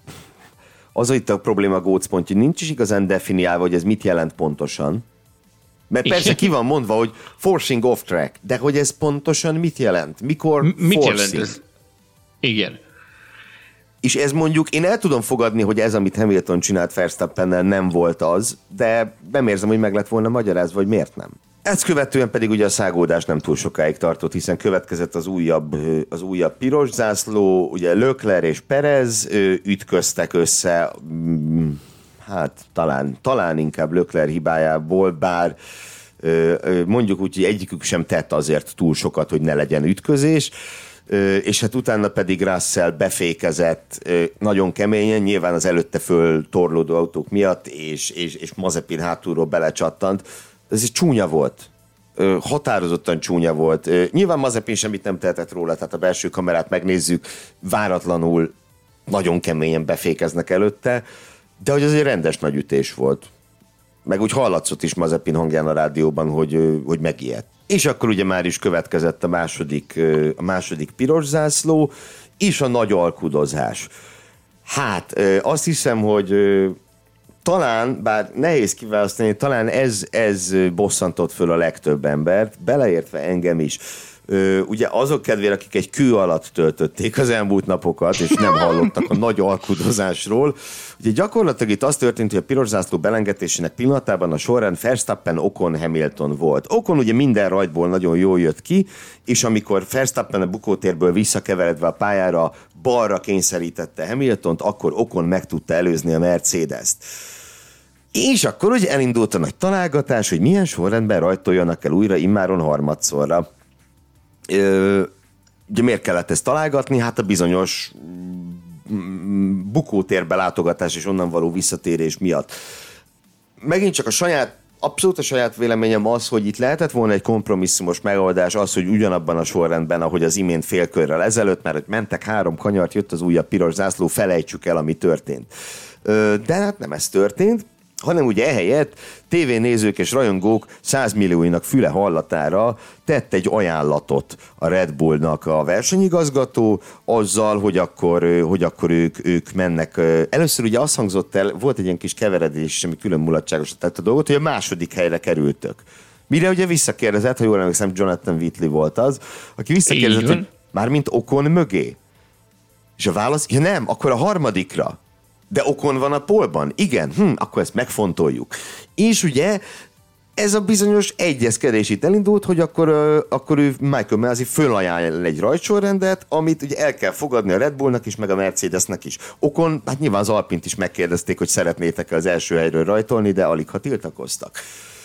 probléma gócpontja. Nincs is igazán definiálva, hogy ez mit jelent pontosan. Mert persze ki van mondva, hogy forcing off track, de hogy ez pontosan mit jelent? Mikor mit forcing? Jelent ez? Igen. És ez mondjuk, én el tudom fogadni, hogy ez, amit Hamilton csinált Verstappennel, nem volt az, de nem érzem, hogy meg lett volna magyarázva, hogy miért nem. Ezt követően pedig ugye a szágódás nem túl sokáig tartott, hiszen következett az újabb piros zászló, ugye Leclerc és Perez ütköztek össze, hát talán inkább Leclerc hibájából, bár mondjuk úgy, hogy egyikük sem tett azért túl sokat, hogy ne legyen ütközés, és hát utána pedig Russell befékezett nagyon keményen, nyilván az előtte föl torlódó autók miatt, és Mazepin hátulról belecsattant. Ez csúnya volt. Határozottan csúnya volt. Nyilván Mazepin semmit nem tehetett róla, tehát a belső kamerát megnézzük, váratlanul nagyon keményen befékeznek előtte, de hogy az egy rendes nagy ütés volt. Meg úgy hallatszott is Mazepin hangján a rádióban, hogy megijedt. És akkor ugye már is következett a második piros zászló, és a nagy alkudozás. Hát, azt hiszem, hogy talán, bár nehéz kiválasztani, talán ez bosszantott föl a legtöbb embert, beleértve engem is. Ugye azok kedvére, akik egy kő alatt töltötték az elmúlt napokat, és nem hallottak a nagy alkudozásról. Ugye gyakorlatilag itt az történt, hogy a piros zászló belengetésének pillanatában a sorrend Verstappen, Ocon, Hamilton volt. Ocon ugye minden rajtból nagyon jól jött ki, és amikor Verstappen a bukótérből visszakeveredve a pályára balra kényszerítette Hamiltont, akkor Ocon meg tudta előzni a Mercedes-t. És akkor ugye elindult a nagy találgatás, hogy milyen sorrendben rajtoljanak el újra immáron harmadszorra. Ugye miért kellett ezt találgatni? Hát a bizonyos bukótérbe látogatás és onnan való visszatérés miatt. Megint csak abszolút a saját véleményem az, hogy itt lehetett volna egy kompromisszumos megoldás az, hogy ugyanabban a sorrendben, ahogy az imént félkörrel ezelőtt, mert hogy mentek 3 kanyart, jött az újabb piros zászló, felejtsük el, ami történt. De hát nem ez történt, hanem ugye ehelyett tévénézők és rajongók 100 millióinak füle hallatára tett egy ajánlatot a Red Bullnak a versenyigazgató azzal, hogy akkor ők mennek. Először ugye azt hangzott el, volt egy ilyen kis keveredés, ami külön mulatságosra tett a dolgot, hogy a második helyre kerültök. Mire ugye visszakérdezett, ha jól emlékszem, Jonathan Whitley volt az, aki visszakérdezett, hogy mármint Ocon mögé. És a válasz, ja nem, akkor a harmadikra. De Ocon van a pólban? Igen, akkor ezt megfontoljuk. És ugye ez a bizonyos egyezkedés itt elindult, hogy akkor ő Michael Masi fölajánl egy rajtsorrendet, amit ugye el kell fogadni a Red Bullnak is, meg a Mercedesnek is. Ocon, hát nyilván az Alpint is megkérdezték, hogy szeretnétek az első helyről rajtolni, de alig ha tiltakoztak.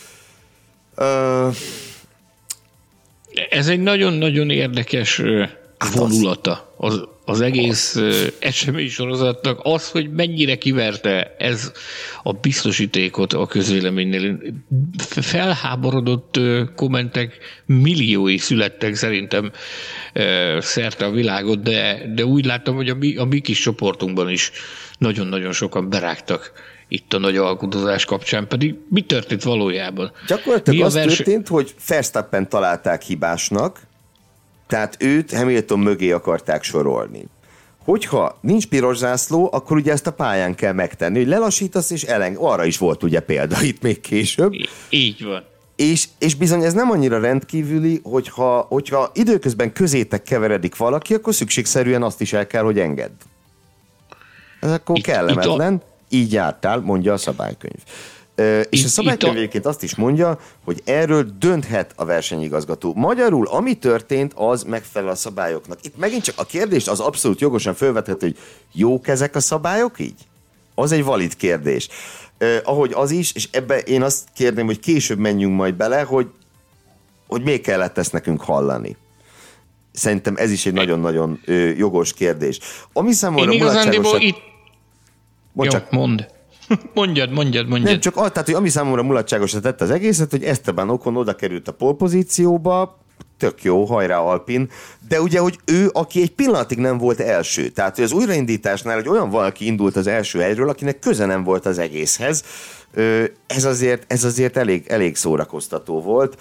Ez egy nagyon-nagyon érdekes vonulata az egész eseménysorozatnak, az, hogy mennyire kiverte ez a biztosítékot a közvéleménynél. Felháborodott kommentek milliói születtek szerintem szerte a világot, de úgy láttam, hogy a mi kis csoportunkban is nagyon-nagyon sokan berágtak itt a nagy alkudozás kapcsán, pedig mi történt valójában? Gyakorlatilag az történt, hogy Verstappen találták hibásnak, tehát őt Hamilton mögé akarták sorolni. Hogyha nincs piros zászló, akkor ugye ezt a pályán kell megtenni, hogy lelassítasz és arra is volt ugye példa itt még később. Így van. És bizony ez nem annyira rendkívüli, hogyha időközben közétek keveredik valaki, akkor szükségszerűen azt is el kell, hogy engedd. Ez akkor kellemetlen, így jártál, mondja a szabálykönyv. És a szabálykönyv egyébként azt is mondja, hogy erről dönthet a versenyigazgató. Magyarul, ami történt, az megfelel a szabályoknak. Itt megint csak a kérdést az abszolút jogosan felvethető, hogy jók ezek a szabályok így? Az egy valid kérdés. Ahogy az is, és ebbe én azt kérném, hogy később menjünk majd bele, hogy még kellett ezt nekünk hallani. Szerintem ez is egy nagyon-nagyon jogos kérdés. Ami számomra mulatságos... Mondd. Mondjad. Nem, csak tehát, hogy ami számomra mulatságosra tette az egészet, hogy Esteban Ocon oda került a pole pozícióba, tök jó, hajrá Alpin, de ugye, hogy ő, aki egy pillanatig nem volt első, tehát hogy az újraindításnál, hogy olyan valaki indult az első helyről, akinek köze nem volt az egészhez, ez azért elég szórakoztató volt.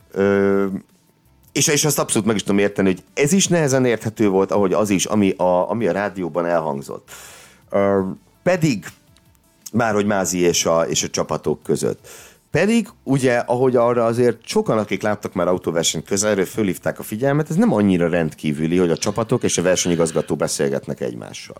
És azt abszolút meg is tudom érteni, hogy ez is nehezen érthető volt, ahogy az is, ami a rádióban elhangzott. Pedig, márhogy Mázi és a csapatok között. Pedig, ugye, ahogy arra azért sokan, akik láttak már autóversenyt közelről, fölhívták a figyelmet, ez nem annyira rendkívüli, hogy a csapatok és a versenyigazgató beszélgetnek egymással.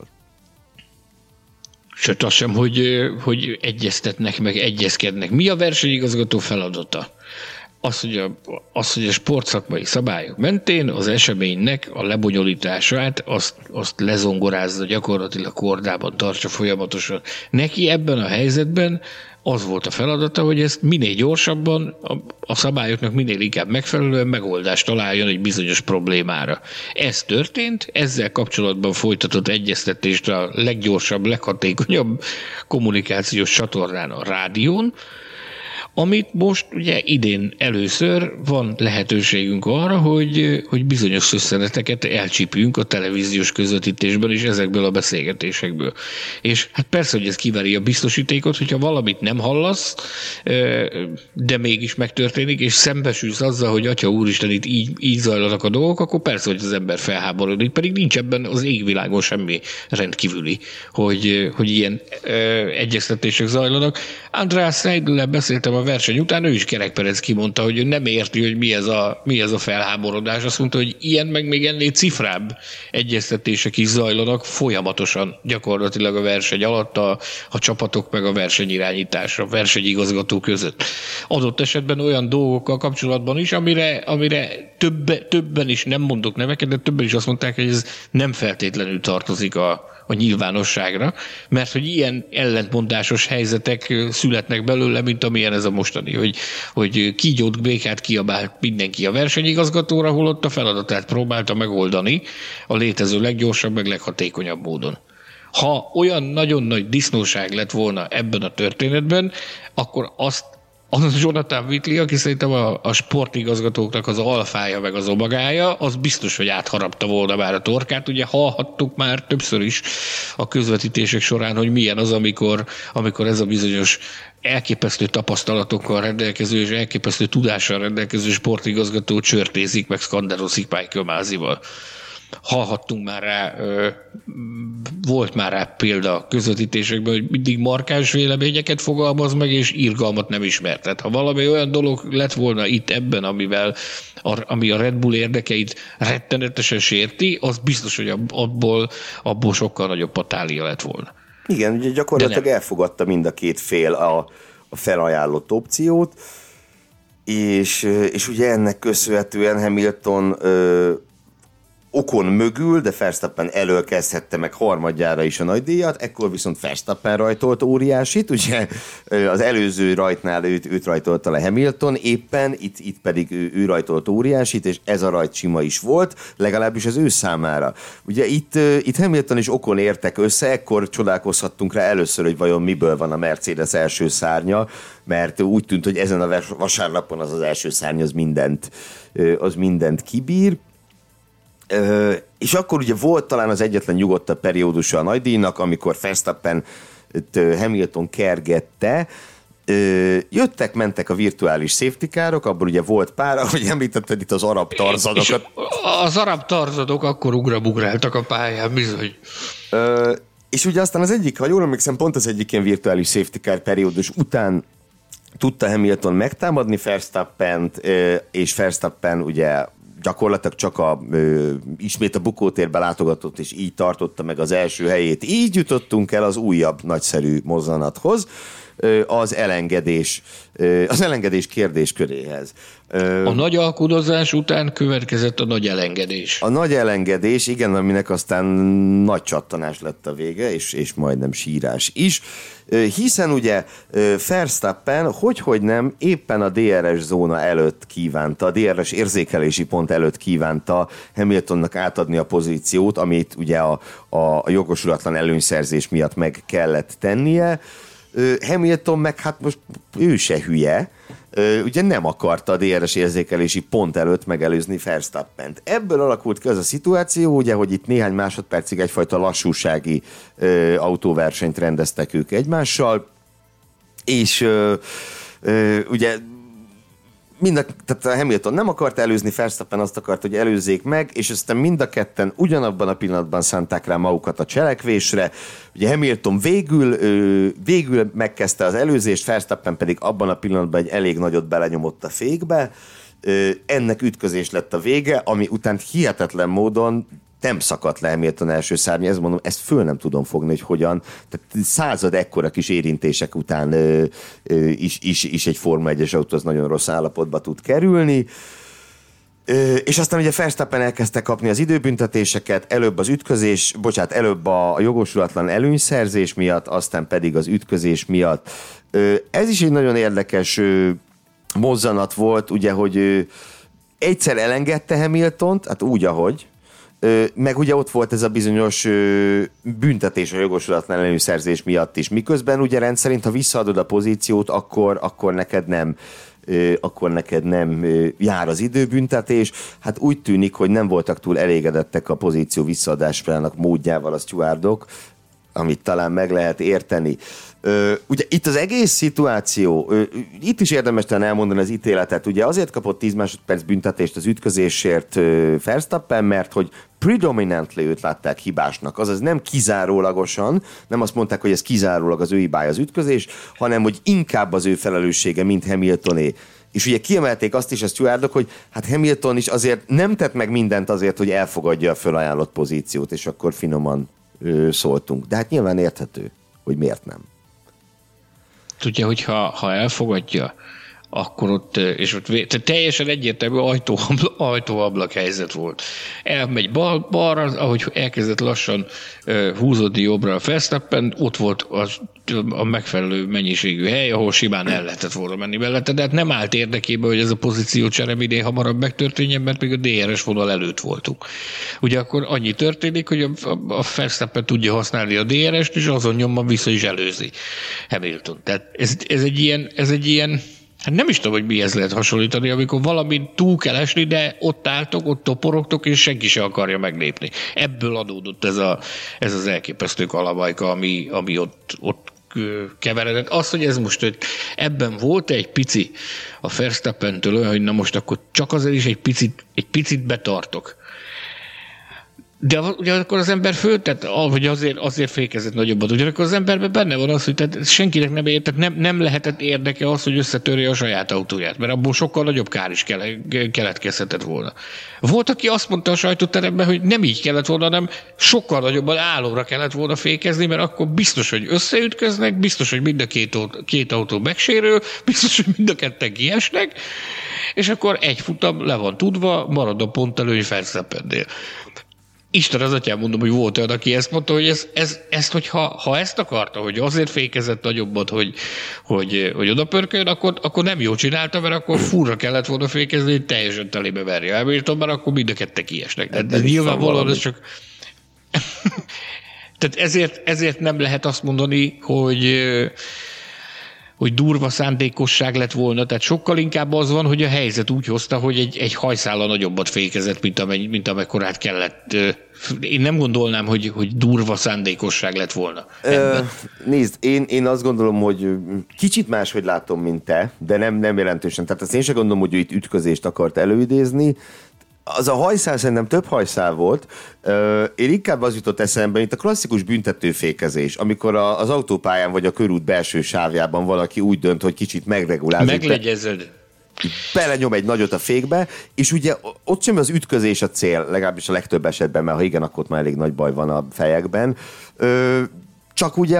Sőt, azt sem, hogy egyeztetnek, meg egyezkednek. Mi a versenyigazgató feladata? Az, hogy a sportszakmai szabályok mentén az eseménynek a lebonyolítását, azt lezongorázza, gyakorlatilag kordában tartsa folyamatosan. Neki ebben a helyzetben az volt a feladata, hogy ezt minél gyorsabban, a szabályoknak minél inkább megfelelően megoldást találjon egy bizonyos problémára. Ez történt, ezzel kapcsolatban folytatott egyeztetést a leggyorsabb, leghatékonyabb kommunikációs csatornán, a rádión, amit most ugye idén először van lehetőségünk arra, hogy bizonyos szösszeneteket elcsípjünk a televíziós közvetítésben és ezekből a beszélgetésekből. És hát persze, hogy ez kiveri a biztosítékot, hogyha valamit nem hallasz, de mégis megtörténik, és szembesülsz azzal, hogy atya úristen, itt így zajlanak a dolgok, akkor persze, hogy az ember felháborodik, pedig nincs ebben az égvilágon semmi rendkívüli, hogy ilyen egyeztetések zajlanak. András Seidl-lel beszéltem a verseny után, ő is kerekperec kimondta, hogy ő nem érti, hogy mi ez a felháborodás. Azt mondta, hogy ilyen meg még ennél cifrább egyeztetések is zajlanak folyamatosan gyakorlatilag a verseny alatt a csapatok meg a versenyirányítás, a versenyigazgató között. Adott esetben olyan dolgokkal kapcsolatban is, amire többen is, nem mondok neveket, de többen is azt mondták, hogy ez nem feltétlenül tartozik a nyilvánosságra, mert hogy ilyen ellentmondásos helyzetek születnek belőle, mint amilyen ez a mostani, hogy kígyót, békát kiabált mindenki a versenyigazgatóra, holott a feladatát próbálta megoldani a létező leggyorsabb, meg leghatékonyabb módon. Ha olyan nagyon nagy disznóság lett volna ebben a történetben, akkor az Jonathan Whitley, aki szerintem a sportigazgatóknak az alfája meg az omagája, az biztos, hogy átharapta volna már a torkát. Ugye hallhattuk már többször is a közvetítések során, hogy milyen az, amikor ez a bizonyos elképesztő tapasztalatokkal rendelkező és elképesztő tudással rendelkező sportigazgató csörtézik, meg szkandározik Michael Masival. Hallhattunk már rá, volt már rá példa a közvetítésekben, hogy mindig markáns véleményeket fogalmaz meg, és irgalmat nem ismert. Tehát ha valami olyan dolog lett volna itt ebben, ami a Red Bull érdekeit rettenetesen sérti, az biztos, hogy abból sokkal nagyobb patália lett volna. Igen, ugye gyakorlatilag elfogadta mind a két fél a felajánlott opciót, és ugye ennek köszönhetően Hamilton Ocon mögül, de Verstappen elől kezdhette meg harmadjára is a nagydíjat, ekkor viszont Verstappen rajtolt óriásit, ugye az előző rajtnál őt rajtolta le Hamilton, éppen itt pedig ő rajtolt óriásit, és ez a rajt sima is volt, legalábbis az ő számára. Ugye itt Hamilton és Ocon értek össze, ekkor csodálkozhattunk rá először, hogy vajon miből van a Mercedes első szárnya, mert úgy tűnt, hogy ezen a vasárnapon az első szárny az mindent kibír. És akkor ugye volt talán az egyetlen nyugodtabb periódusa a nagydíjnak, amikor Verstappen Hamilton kergette, jöttek-mentek a virtuális safety car-ok, abból ugye volt pár, ahogy említetted itt az arab tarzadokat. Az arab tarzadok akkor ugrabugráltak a pályán, bizony. És ugye aztán az egyik, ha jól emlékszem, pont az egyik ilyen virtuális safety car periódus után tudta Hamilton megtámadni Verstappent, és Verstappen ugye gyakorlatilag csak ismét a bukótérbe látogatott, és így tartotta meg az első helyét. Így jutottunk el az újabb nagyszerű mozzanathoz. az elengedés kérdésköréhez. A nagy alkudozás után következett a nagy elengedés. A nagy elengedés, igen, aminek aztán nagy csattanás lett a vége, és majdnem sírás is. Hiszen ugye Verstappen, hogy nem, éppen a DRS zóna előtt kívánta, a DRS érzékelési pont előtt kívánta Hamiltonnak átadni a pozíciót, amit ugye a jogosulatlan előnyszerzés miatt meg kellett tennie. Hamilton meg hát most ő se hülye, ugye nem akarta a DRS érzékelési pont előtt megelőzni Verstappent. Ebből alakult ki az a szituáció, ugye, hogy itt néhány másodpercig egyfajta lassúsági autóversenyt rendeztek ők egymással, és ugye tehát a Hamilton nem akart előzni, Verstappen azt akart, hogy előzzék meg, és aztán mind a ketten ugyanabban a pillanatban szánták rá magukat a cselekvésre. Ugye Hamilton végül megkezdte az előzést, Verstappen pedig abban a pillanatban egy elég nagyot belenyomott a fékbe. Ennek ütközés lett a vége, ami után hihetetlen módon nem szakadt le Hamilton első szárnya, ezt mondom, ezt föl nem tudom fogni, hogy hogyan. Tehát század ekkora kis érintések után is egy Forma 1-es autó az nagyon rossz állapotba tud kerülni. És aztán ugye Verstappen elkezdte kapni az időbüntetéseket, előbb a jogosulatlan előnyszerzés miatt, aztán pedig az ütközés miatt. Ez is egy nagyon érdekes mozzanat volt, ugye, hogy egyszer elengedte Hamiltont, hát úgy, ahogy, meg ugye ott volt ez a bizonyos büntetés a jogosulatlan előnyszerzés miatt is. Miközben ugye rendszerint, ha visszaadod a pozíciót, akkor neked nem jár az időbüntetés. Hát úgy tűnik, hogy nem voltak túl elégedettek a pozíció visszaadásának módjával a stewardok, amit talán meg lehet érteni. Ugye itt az egész szituáció, itt is érdemes talán elmondani az ítéletet, ugye azért kapott 10 másodperc büntetést az ütközésért Verstappen, mert hogy predominantly őt látták hibásnak, azaz nem kizárólagosan, nem azt mondták, hogy ez kizárólag az ő hibája az ütközés, hanem hogy inkább az ő felelőssége, mint Hamiltoné. És ugye kiemelték azt is a stewardok, hogy hát Hamilton is azért nem tett meg mindent azért, hogy elfogadja a fölajánlott pozíciót, és akkor finoman szóltunk. De hát nyilván érthető, hogy miért nem. Tudja, hogy ha elfogadja, akkor ott teljesen egyértelmű ajtóablak helyzet volt. Elmegy balra, ahogy elkezdett lassan húzódni jobbra a Verstappen, ott volt a megfelelő mennyiségű hely, ahol simán el lehetett volna menni mellette, de hát nem állt érdekében, hogy ez a pozíciócsere minél hamarabb megtörténjen, mert még a DRS vonal előtt voltunk. Ugye akkor annyi történik, hogy a Verstappen tudja használni a DRS-t, és azon nyomban vissza is előzi Hamilton. Tehát ez egy ilyen hát nem is tudom, hogy mihez lehet hasonlítani, amikor valamit túl kell esni, de ott álltok, ott toporogtok, és senki se akarja meglépni. Ebből adódott ez az elképesztő kalabajka, ami ott keveredett. Az, hogy ez most ebben volt egy pici a Verstappentől olyan, hogy na most akkor csak azért is egy picit betartok. De ugye akkor az ember tehát hogy azért fékezett nagyobbat. Ugyanakkor az emberben benne van az, hogy tehát senkinek nem tehát nem lehetett érdeke az, hogy összetörje a saját autóját, mert abból sokkal nagyobb kár is keletkezhetett volna. Volt, aki azt mondta a sajtóteremben, hogy nem így kellett volna, hanem sokkal nagyobban állóra kellett volna fékezni, mert akkor biztos, hogy összeütköznek, biztos, hogy mind a két autó megsérül, biztos, hogy mind a ketten kiesnek, és akkor egy futam le van tudva, marad a pontelőny Verstappennél. Isten az atyám, mondom, hogy volt olyan, aki ezt mondta, hogy ezt hogyha ezt akarta, hogy azért fékezett nagyobbat, hogy odapörköljön, akkor nem jól csinálta, mert akkor furra kellett volna fékezni, hogy teljesen telébe verje Hamilton, mert akkor mind a ketten kiesnek. De nyilvánvalóan ez csak... Tehát ezért nem lehet azt mondani, hogy durva szándékosság lett volna, tehát sokkal inkább az van, hogy a helyzet úgy hozta, hogy egy hajszállal nagyobbat fékezett, mint amekkorát kellett. Én nem gondolnám, hogy durva szándékosság lett volna. Nézd, én azt gondolom, hogy kicsit máshogy látom, mint te, de nem jelentősen. Tehát azt én sem gondolom, hogy ő itt ütközést akart előidézni. Az a hajszál szerintem több hajszál volt. Én inkább az jutott eszembe, mint a klasszikus büntetőfékezés, amikor az autópályán vagy a körút belső sávjában valaki úgy dönt, hogy kicsit megregulázik. Meglegyezed. Belenyom egy nagyot a fékbe, és ugye ott sem az ütközés a cél, legalábbis a legtöbb esetben, mert ha igen, akkor ott már elég nagy baj van a fejekben. csak ugye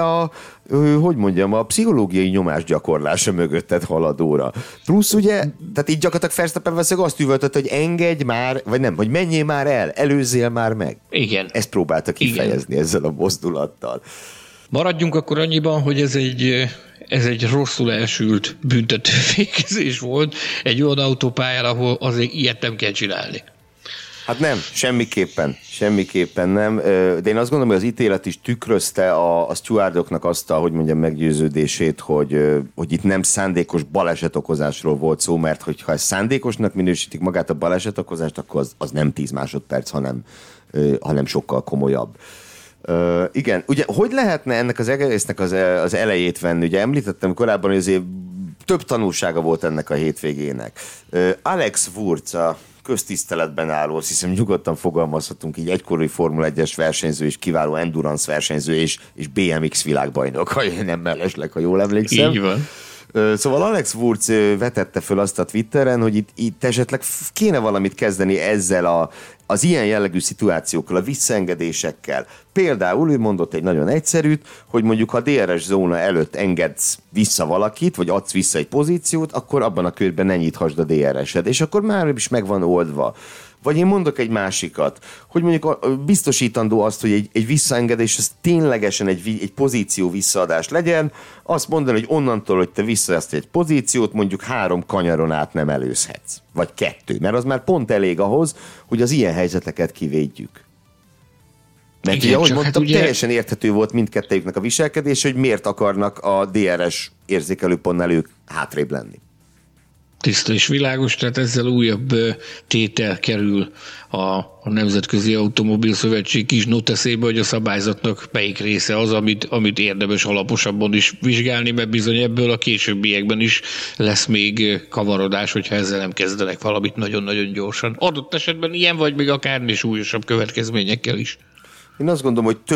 a pszichológiai nyomás gyakorlása mögötted haladóra. Plusz ugye, tehát így gyakorlatilag Verstappen valószínűleg azt üvöltött, hogy engedj már, vagy nem, hogy menjél már el, előzzél már meg. Igen. Ezt próbálta kifejezni ezzel a mozdulattal. Maradjunk akkor annyiban, hogy ez egy rosszul elsült büntetőfékezés volt egy olyan autópályán, ahol azért ilyet nem kell csinálni. Hát nem, semmiképpen nem, de én azt gondolom, hogy az ítélet is tükrözte a stewardoknak azt a, hogy mondjam, meggyőződését, hogy itt nem szándékos balesetokozásról volt szó, mert hogyha ez szándékosnak minősítik magát a balesetokozást, akkor az nem 10 másodperc, hanem sokkal komolyabb. Igen, ugye hogy lehetne ennek az egésznek az elejét venni? Ugye említettem korábban, hogy azért több tanulsága volt ennek a hétvégének. Alex Wurz, a köztiszteletben álló, azt hiszem nyugodtan fogalmazhatunk így, egykori Formula 1-es versenyző és kiváló endurance versenyző és BMX világbajnok, ha én nem mellesleg, ha jól emlékszem. Így van. Szóval Alex Wurz vetette föl azt a Twitteren, hogy itt esetleg kéne valamit kezdeni ezzel az ilyen jellegű szituációkkal, a visszaengedésekkel. Például ő mondott egy nagyon egyszerűt, hogy mondjuk ha DRS zóna előtt engedsz vissza valakit, vagy adsz vissza egy pozíciót, akkor abban a körben ne nyithasd a DRS-ed, és akkor már is meg van oldva. Vagy én mondok egy másikat, hogy mondjuk biztosítandó azt, hogy egy visszaengedés az ténylegesen egy pozíció visszaadás legyen, azt mondani, hogy onnantól, hogy te visszaadsz egy pozíciót, mondjuk 3 kanyaron át nem előzhetsz. Vagy 2, mert az már pont elég ahhoz, hogy az ilyen helyzeteket kivédjük. Mert igen, ugye, ahogy mondtam, ugye... teljesen érthető volt mindkettőjüknek a viselkedés, hogy miért akarnak a DRS érzékelőpontnál ők hátrébb lenni. Tiszta és világos, tehát ezzel újabb tétel kerül a Nemzetközi Automobil Szövetség kis noteszébe, hogy a szabályzatnak melyik része az, amit érdemes alaposabban is vizsgálni, mert bizony ebből a későbbiekben is lesz még kavarodás, hogyha ezzel nem kezdenek valamit nagyon-nagyon gyorsan. Adott esetben ilyen, vagy még akár súlyosabb következményekkel is. Én azt gondolom, hogy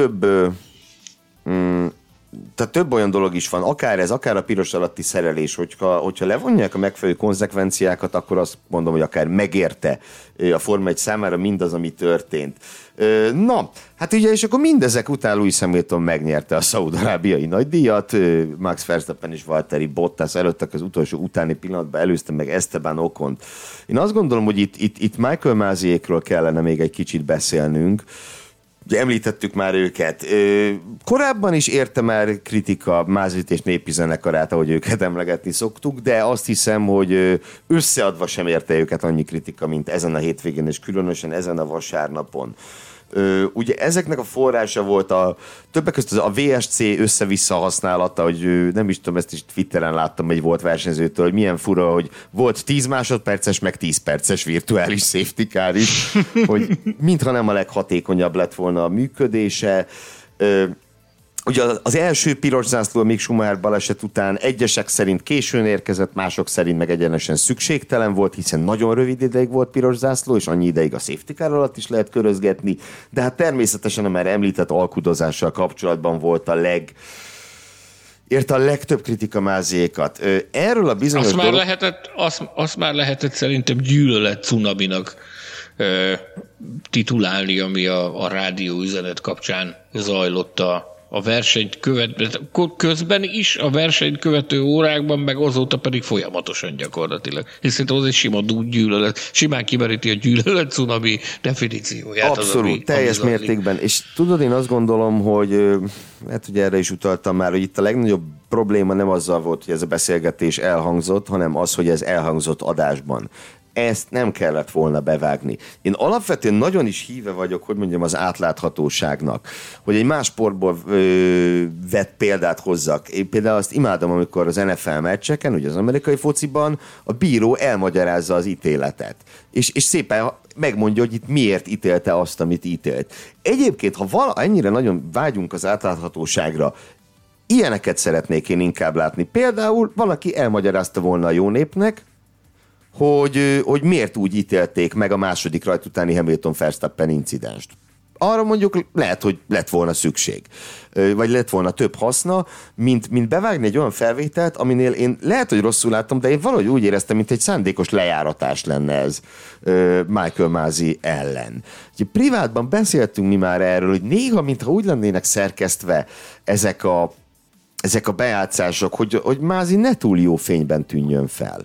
tehát több olyan dolog is van, akár ez, akár a piros alatti szerelés, hogyha levonják a megfelelő konzekvenciákat, akkor azt mondom, hogy akár megérte a Forma 1 számára mindaz, ami történt. Na, hát ugye, és akkor mindezek után Lewis Hamilton megnyerte a szaúd-arábiai nagydíjat, Max Verstappen és Valtteri Bottas előtt az utolsó utáni pillanatban előzte meg Esteban Ocont. Én azt gondolom, hogy itt Michael Masiékről kellene még egy kicsit beszélnünk. Ugye említettük már őket. Korábban is érte már kritika Mázit és Népi zenekarát, ahogy őket emlegetni szoktuk, de azt hiszem, hogy összeadva sem érte őket annyi kritika, mint ezen a hétvégén, és különösen ezen a vasárnapon. Ugye ezeknek a forrása volt többek között a VSC össze-vissza használata, hogy nem is tudom, ezt is Twitteren láttam egy volt versenyzőtől, hogy milyen fura, hogy volt 10 másodperces, meg 10 perces virtuális safety car is, hogy mintha nem a leghatékonyabb lett volna a működése. Ugye az első piros zászló a Mick Schumacher baleset után egyesek szerint későn érkezett, mások szerint meg egyenesen szükségtelen volt, hiszen nagyon rövid ideig volt piros zászló, és annyi ideig a safety car alatt is lehet körözgetni, de hát természetesen a már említett alkudozással kapcsolatban volt érte a legtöbb kritika Masiékat. Erről a bizonyos azt már lehetett szerintem gyűlölet cunaminak titulálni, ami a rádióüzenet kapcsán zajlott a versenyt közben is, a versenyt követő órákban, meg azóta pedig folyamatosan gyakorlatilag. És szerintem az egy sima gyűlölet, simán kimeríti a gyűlölet cunami definícióját. Abszolút, teljes mértékben. És tudod, én azt gondolom, hogy hát ugye erre is utaltam már, hogy itt a legnagyobb probléma nem azzal volt, hogy ez a beszélgetés elhangzott, hanem az, hogy ez elhangzott adásban. Ezt nem kellett volna bevágni. Én alapvetően nagyon is híve vagyok, hogy mondjam, az átláthatóságnak. Hogy egy más sportból vett példát hozzak. Én például azt imádom, amikor az NFL meccseken, ugye az amerikai fociban a bíró elmagyarázza az ítéletet. És szépen megmondja, hogy itt miért ítélte azt, amit ítélt. Egyébként, ha ennyire nagyon vágyunk az átláthatóságra, ilyeneket szeretnék én inkább látni. Például valaki elmagyarázta volna a jó népnek, hogy miért úgy ítélték meg a második rajt utáni Hamilton-Verstappen incidenst. arra mondjuk lehet, hogy lett volna szükség, vagy lett volna több haszna, mint bevágni egy olyan felvételt, aminél én lehet, hogy rosszul láttam, de én valahogy úgy éreztem, mint egy szándékos lejáratás lenne ez Michael Masi ellen. Ugye privátban beszéltünk mi már erről, hogy néha, mintha úgy lennének szerkesztve ezek a bejátszások, hogy Masi ne túl jó fényben tűnjön fel.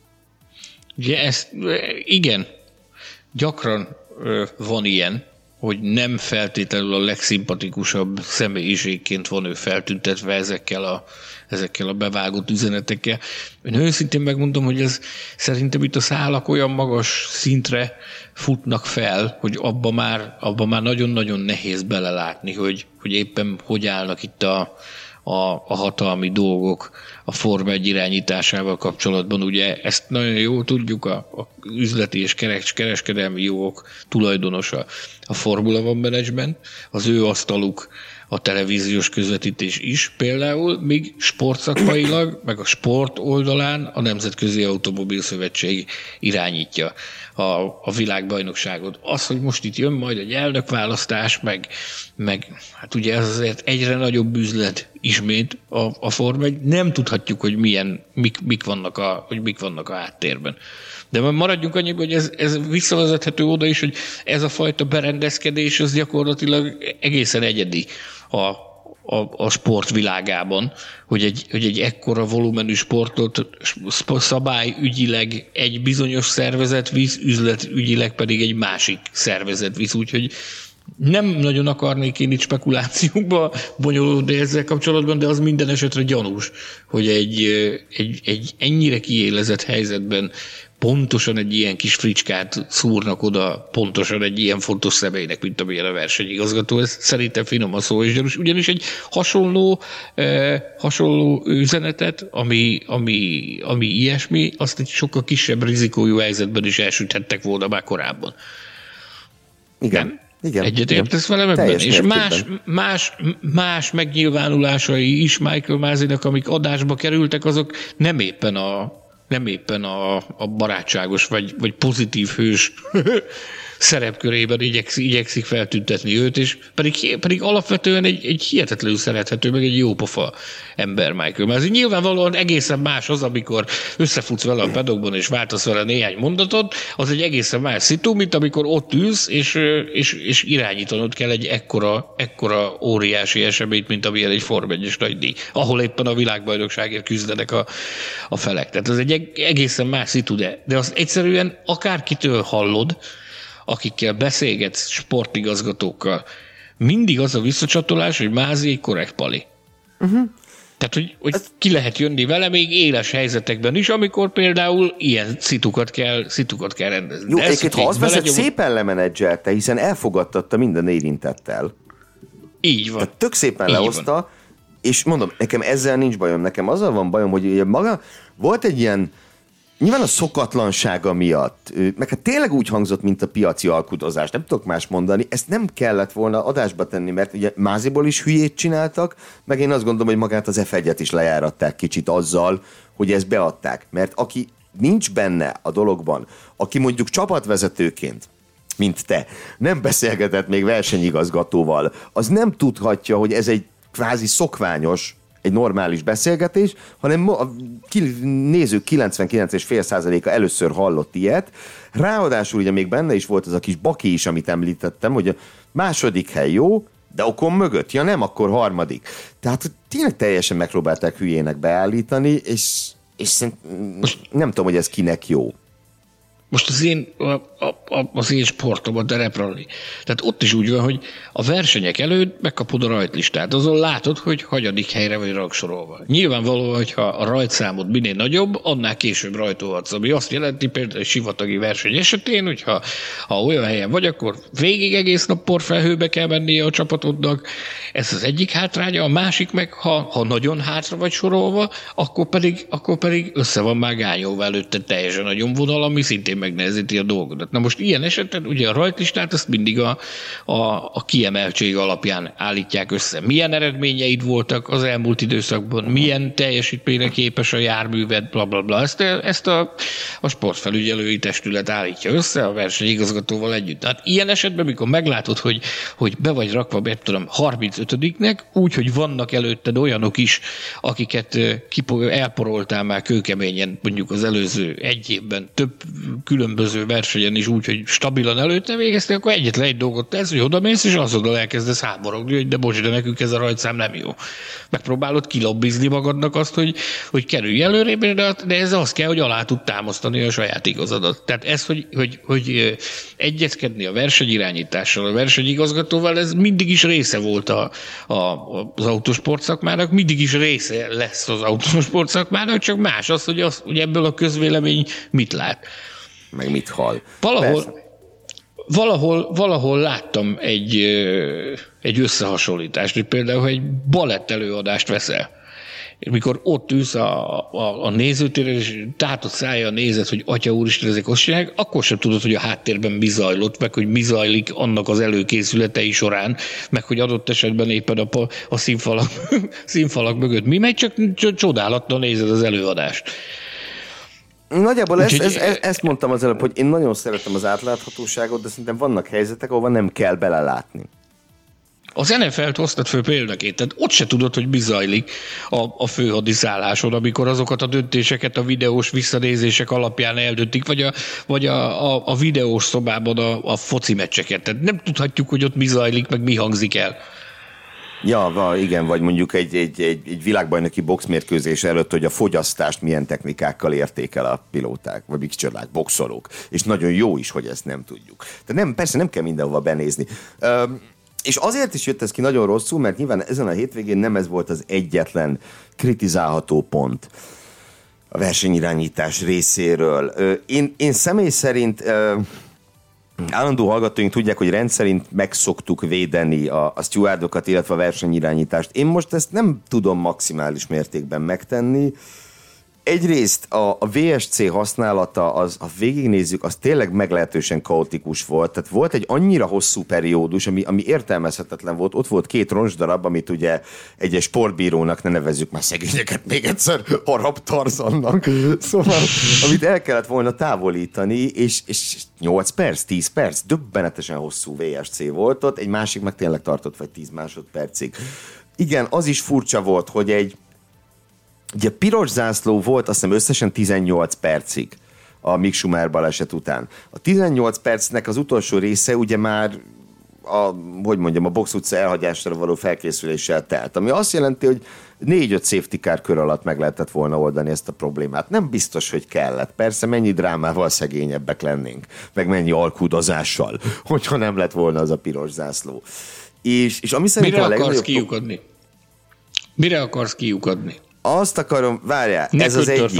Ugye igen, gyakran van ilyen, hogy nem feltétlenül a legszimpatikusabb személyiségként van ő feltüntetve ezekkel a bevágott üzenetekkel. Én őszintén megmondom, hogy ez szerintem itt a szálak olyan magas szintre futnak fel, hogy abba már nagyon-nagyon nehéz belelátni, hogy éppen hogy állnak itt a hatalmi dolgok a Forma 1 irányításával kapcsolatban. Ugye ezt nagyon jól tudjuk, a üzleti és kereskedelmi jogok tulajdonosa a Formula One Management, az ő asztaluk a televíziós közvetítés is például, míg sportszakmailag, meg a sport oldalán a Nemzetközi Automobil Szövetség irányítja a világbajnokságot. Az, hogy most itt jön majd egy elnökválasztás, meg hát ugye ez azért egyre nagyobb üzlet ismét a Forma 1, nem tudhatjuk, hogy mik vannak a háttérben. De maradjunk annyiban, hogy ez visszavezethető oda is, hogy ez a fajta berendezkedés az gyakorlatilag egészen egyedi a sport világában, hogy egy ekkora volumenű sportot szabályügyileg egy bizonyos szervezet visz, üzletügyileg pedig egy másik szervezet visz, úgyhogy nem nagyon akarnék én itt spekulációkba bonyolódni ezzel kapcsolatban, de az minden esetre gyanús, hogy egy ennyire kiélezett helyzetben pontosan egy ilyen kis fricskát szúrnak oda, pontosan egy ilyen fontos személynek, mint amilyen a versenyigazgató. Ez szerintem finom a szó, és gyanús. Ugyanis egy hasonló üzenetet, ami ilyesmi, azt egy sokkal kisebb rizikójú helyzetben is elsüthettek volna már korábban. Igen. Nem? Igen, egyetértesz velem ebben? És más megnyilvánulásai is Michael Masinak, amik adásba kerültek, azok nem éppen a barátságos vagy pozitív hős szerepkörében igyekszik feltüntetni őt, és pedig alapvetően egy hihetetlenül szerethető, meg egy jópofa ember Michael Masi. Nyilvánvalóan egészen más az, amikor összefutsz vele a pedokban, és váltasz vele néhány mondatot, az egy egészen más szitu, mint amikor ott ülsz, és irányítanod kell egy ekkora óriási eseményt, mint amilyen egy Forma 1-es nagydíj, ahol éppen a világbajnokságért küzdenek a felek. Tehát az egy egészen más szitu, de azt egyszerűen akárkitől hallod, akikkel beszélgetsz, sportigazgatókkal, mindig az a visszacsatolás, hogy Masi egy korrekt pali. Tehát, hogy ki lehet jönni vele még éles helyzetekben is, amikor például ilyen szitukat kell rendezni. Jó, egyébként ha azt veszed, szépen lemenedzselte, hiszen elfogadtatta minden érintettel. Így van. Tehát tök szépen lehozta, és mondom, nekem ezzel nincs bajom. Nekem azzal van bajom, hogy ugye maga volt egy ilyen, nyilván a szokatlansága miatt, meg hát tényleg úgy hangzott, mint a piaci alkudozás, nem tudok más mondani, ezt nem kellett volna adásba tenni, mert ugye Masiból is hülyét csináltak, meg én azt gondolom, hogy magát az F1-et is lejáratták kicsit azzal, hogy ezt beadták. Mert aki nincs benne a dologban, aki mondjuk csapatvezetőként, mint te, nem beszélgetett még versenyigazgatóval, az nem tudhatja, hogy ez egy kvázi szokványos, egy normális beszélgetés, hanem a nézők 99,5%-a először hallott ilyet. Ráadásul ugye még benne is volt az a kis baki is, amit említettem, hogy a második hely jó, de Ocon mögött, ja nem, akkor harmadik. Tehát tényleg teljesen megpróbálták hülyének beállítani, és nem tudom, hogy ez kinek jó. Most az én sportom, a terepralli. Tehát ott is úgy van, hogy a versenyek előtt megkapod a rajtlistát. Azon látod, hogy hanyadik helyre vagy rangsorolva. Nyilvánvalóan, hogyha a rajtszámod minél nagyobb, annál később rajtolhatsz. Ami azt jelenti például egy sivatagi verseny esetén, hogyha olyan helyen vagy, akkor végig egész nap porfelhőbe kell mennie a csapatodnak. Ez az egyik hátránya. A másik meg, ha nagyon hátra vagy sorolva, akkor pedig össze van már gányolva előtte teljesen a nyomvonal, ami szintén szintén megnehezíti a dolgodat. Na most ilyen esetben ugye a rajtlistát azt mindig a kiemeltség alapján állítják össze. Milyen eredményeid voltak az elmúlt időszakban, milyen teljesítményre képes a járműved, blablabla. Ezt a sportfelügyelői testület állítja össze a versenyigazgatóval együtt. Tehát ilyen esetben, mikor meglátod, hogy be vagy rakva, 35-nek, úgy, hogy vannak előtted olyanok is, akiket elporoltál már kőkeményen, mondjuk az előző egy évben több különböző versenyen is úgy, hogy stabilan előtte végezték, akkor egyetlen egy dolgot tesz, hogy odamész, és azonnal elkezdesz háborogni, hogy de bocs, de nekünk ez a rajtszám nem jó. Megpróbálod kilobbizni magadnak azt, hogy kerülj előrébb, de ez az kell, hogy alá tud támasztani a saját igazadat. Tehát ez, hogy egyezkedni a versenyirányítással, a versenyigazgatóval, ez mindig is része volt az autósport szakmának, mindig is része lesz az autósport szakmának, csak más az, hogy ebből a közvélemény mit lát. Meg mit hall. Valahol láttam egy összehasonlítást, hogy például egy balett előadást veszel, és mikor ott ülsz a nézőtéren, és tátott szájjal nézed, hogy atya úristen, ezek azt csinálják, akkor sem tudod, hogy a háttérben mi zajlott, meg hogy mi zajlik annak az előkészületei során, meg hogy adott esetben éppen a színfalak mögött mi megy, csak csodálattal nézed az előadást. Nagyjából ezt mondtam az előbb, hogy én nagyon szeretem az átláthatóságot, de szerintem vannak helyzetek, ahol nem kell belelátni. Az NFL-t hoztad föl példaként, tehát ott se tudod, hogy mi zajlik a főhadiszálláson, amikor azokat a döntéseket a videós visszanézések alapján eldöntik, vagy a videós szobában a foci meccseket. Tehát nem tudhatjuk, hogy ott mi zajlik, meg mi hangzik el. Ja, igen, vagy mondjuk egy világbajnoki boxmérkőzés előtt, hogy a fogyasztást milyen technikákkal értékel a pilóták, vagy micsoda, boxolók. És nagyon jó is, hogy ezt nem tudjuk. Tehát persze nem kell mindenhova benézni. És azért is jött ez ki nagyon rosszul, mert nyilván ezen a hétvégén nem ez volt az egyetlen kritizálható pont a versenyirányítás részéről. Én személy szerint állandó hallgatóink tudják, hogy rendszerint megszoktuk védeni a stewardokat, illetve a versenyirányítást. Én most ezt nem tudom maximális mértékben megtenni. Egyrészt a VSC használata, ha végignézzük, az tényleg meglehetősen kaotikus volt. Tehát volt egy annyira hosszú periódus, ami értelmezhetetlen volt. Ott volt 2 roncsdarab, amit ugye egy sportbírónak, ne nevezzük már szegényeket még egyszer, harap Tarzannak. Szóval, amit el kellett volna távolítani, és 8 perc, 10 perc, döbbenetesen hosszú VSC volt ott, egy másik meg tényleg tartott vagy 10 másodpercig. Igen, az is furcsa volt, hogy ugye piros zászló volt, azt hiszem összesen 18 percig a Mick Schumacher baleset után. A 18 percnek az utolsó része ugye már a Box utca elhagyásra való felkészüléssel telt, ami azt jelenti, hogy 4-5 safety car kör alatt meg lehetett volna oldani ezt a problémát. Nem biztos, hogy kellett. Persze mennyi drámával szegényebbek lennénk, meg mennyi alkudozással, hogyha nem lett volna az a piros zászló. És ami szerintem Mire akarsz kiukadni? Mire akarsz kiukadni? Azt akarom, várjál, ez az egyik.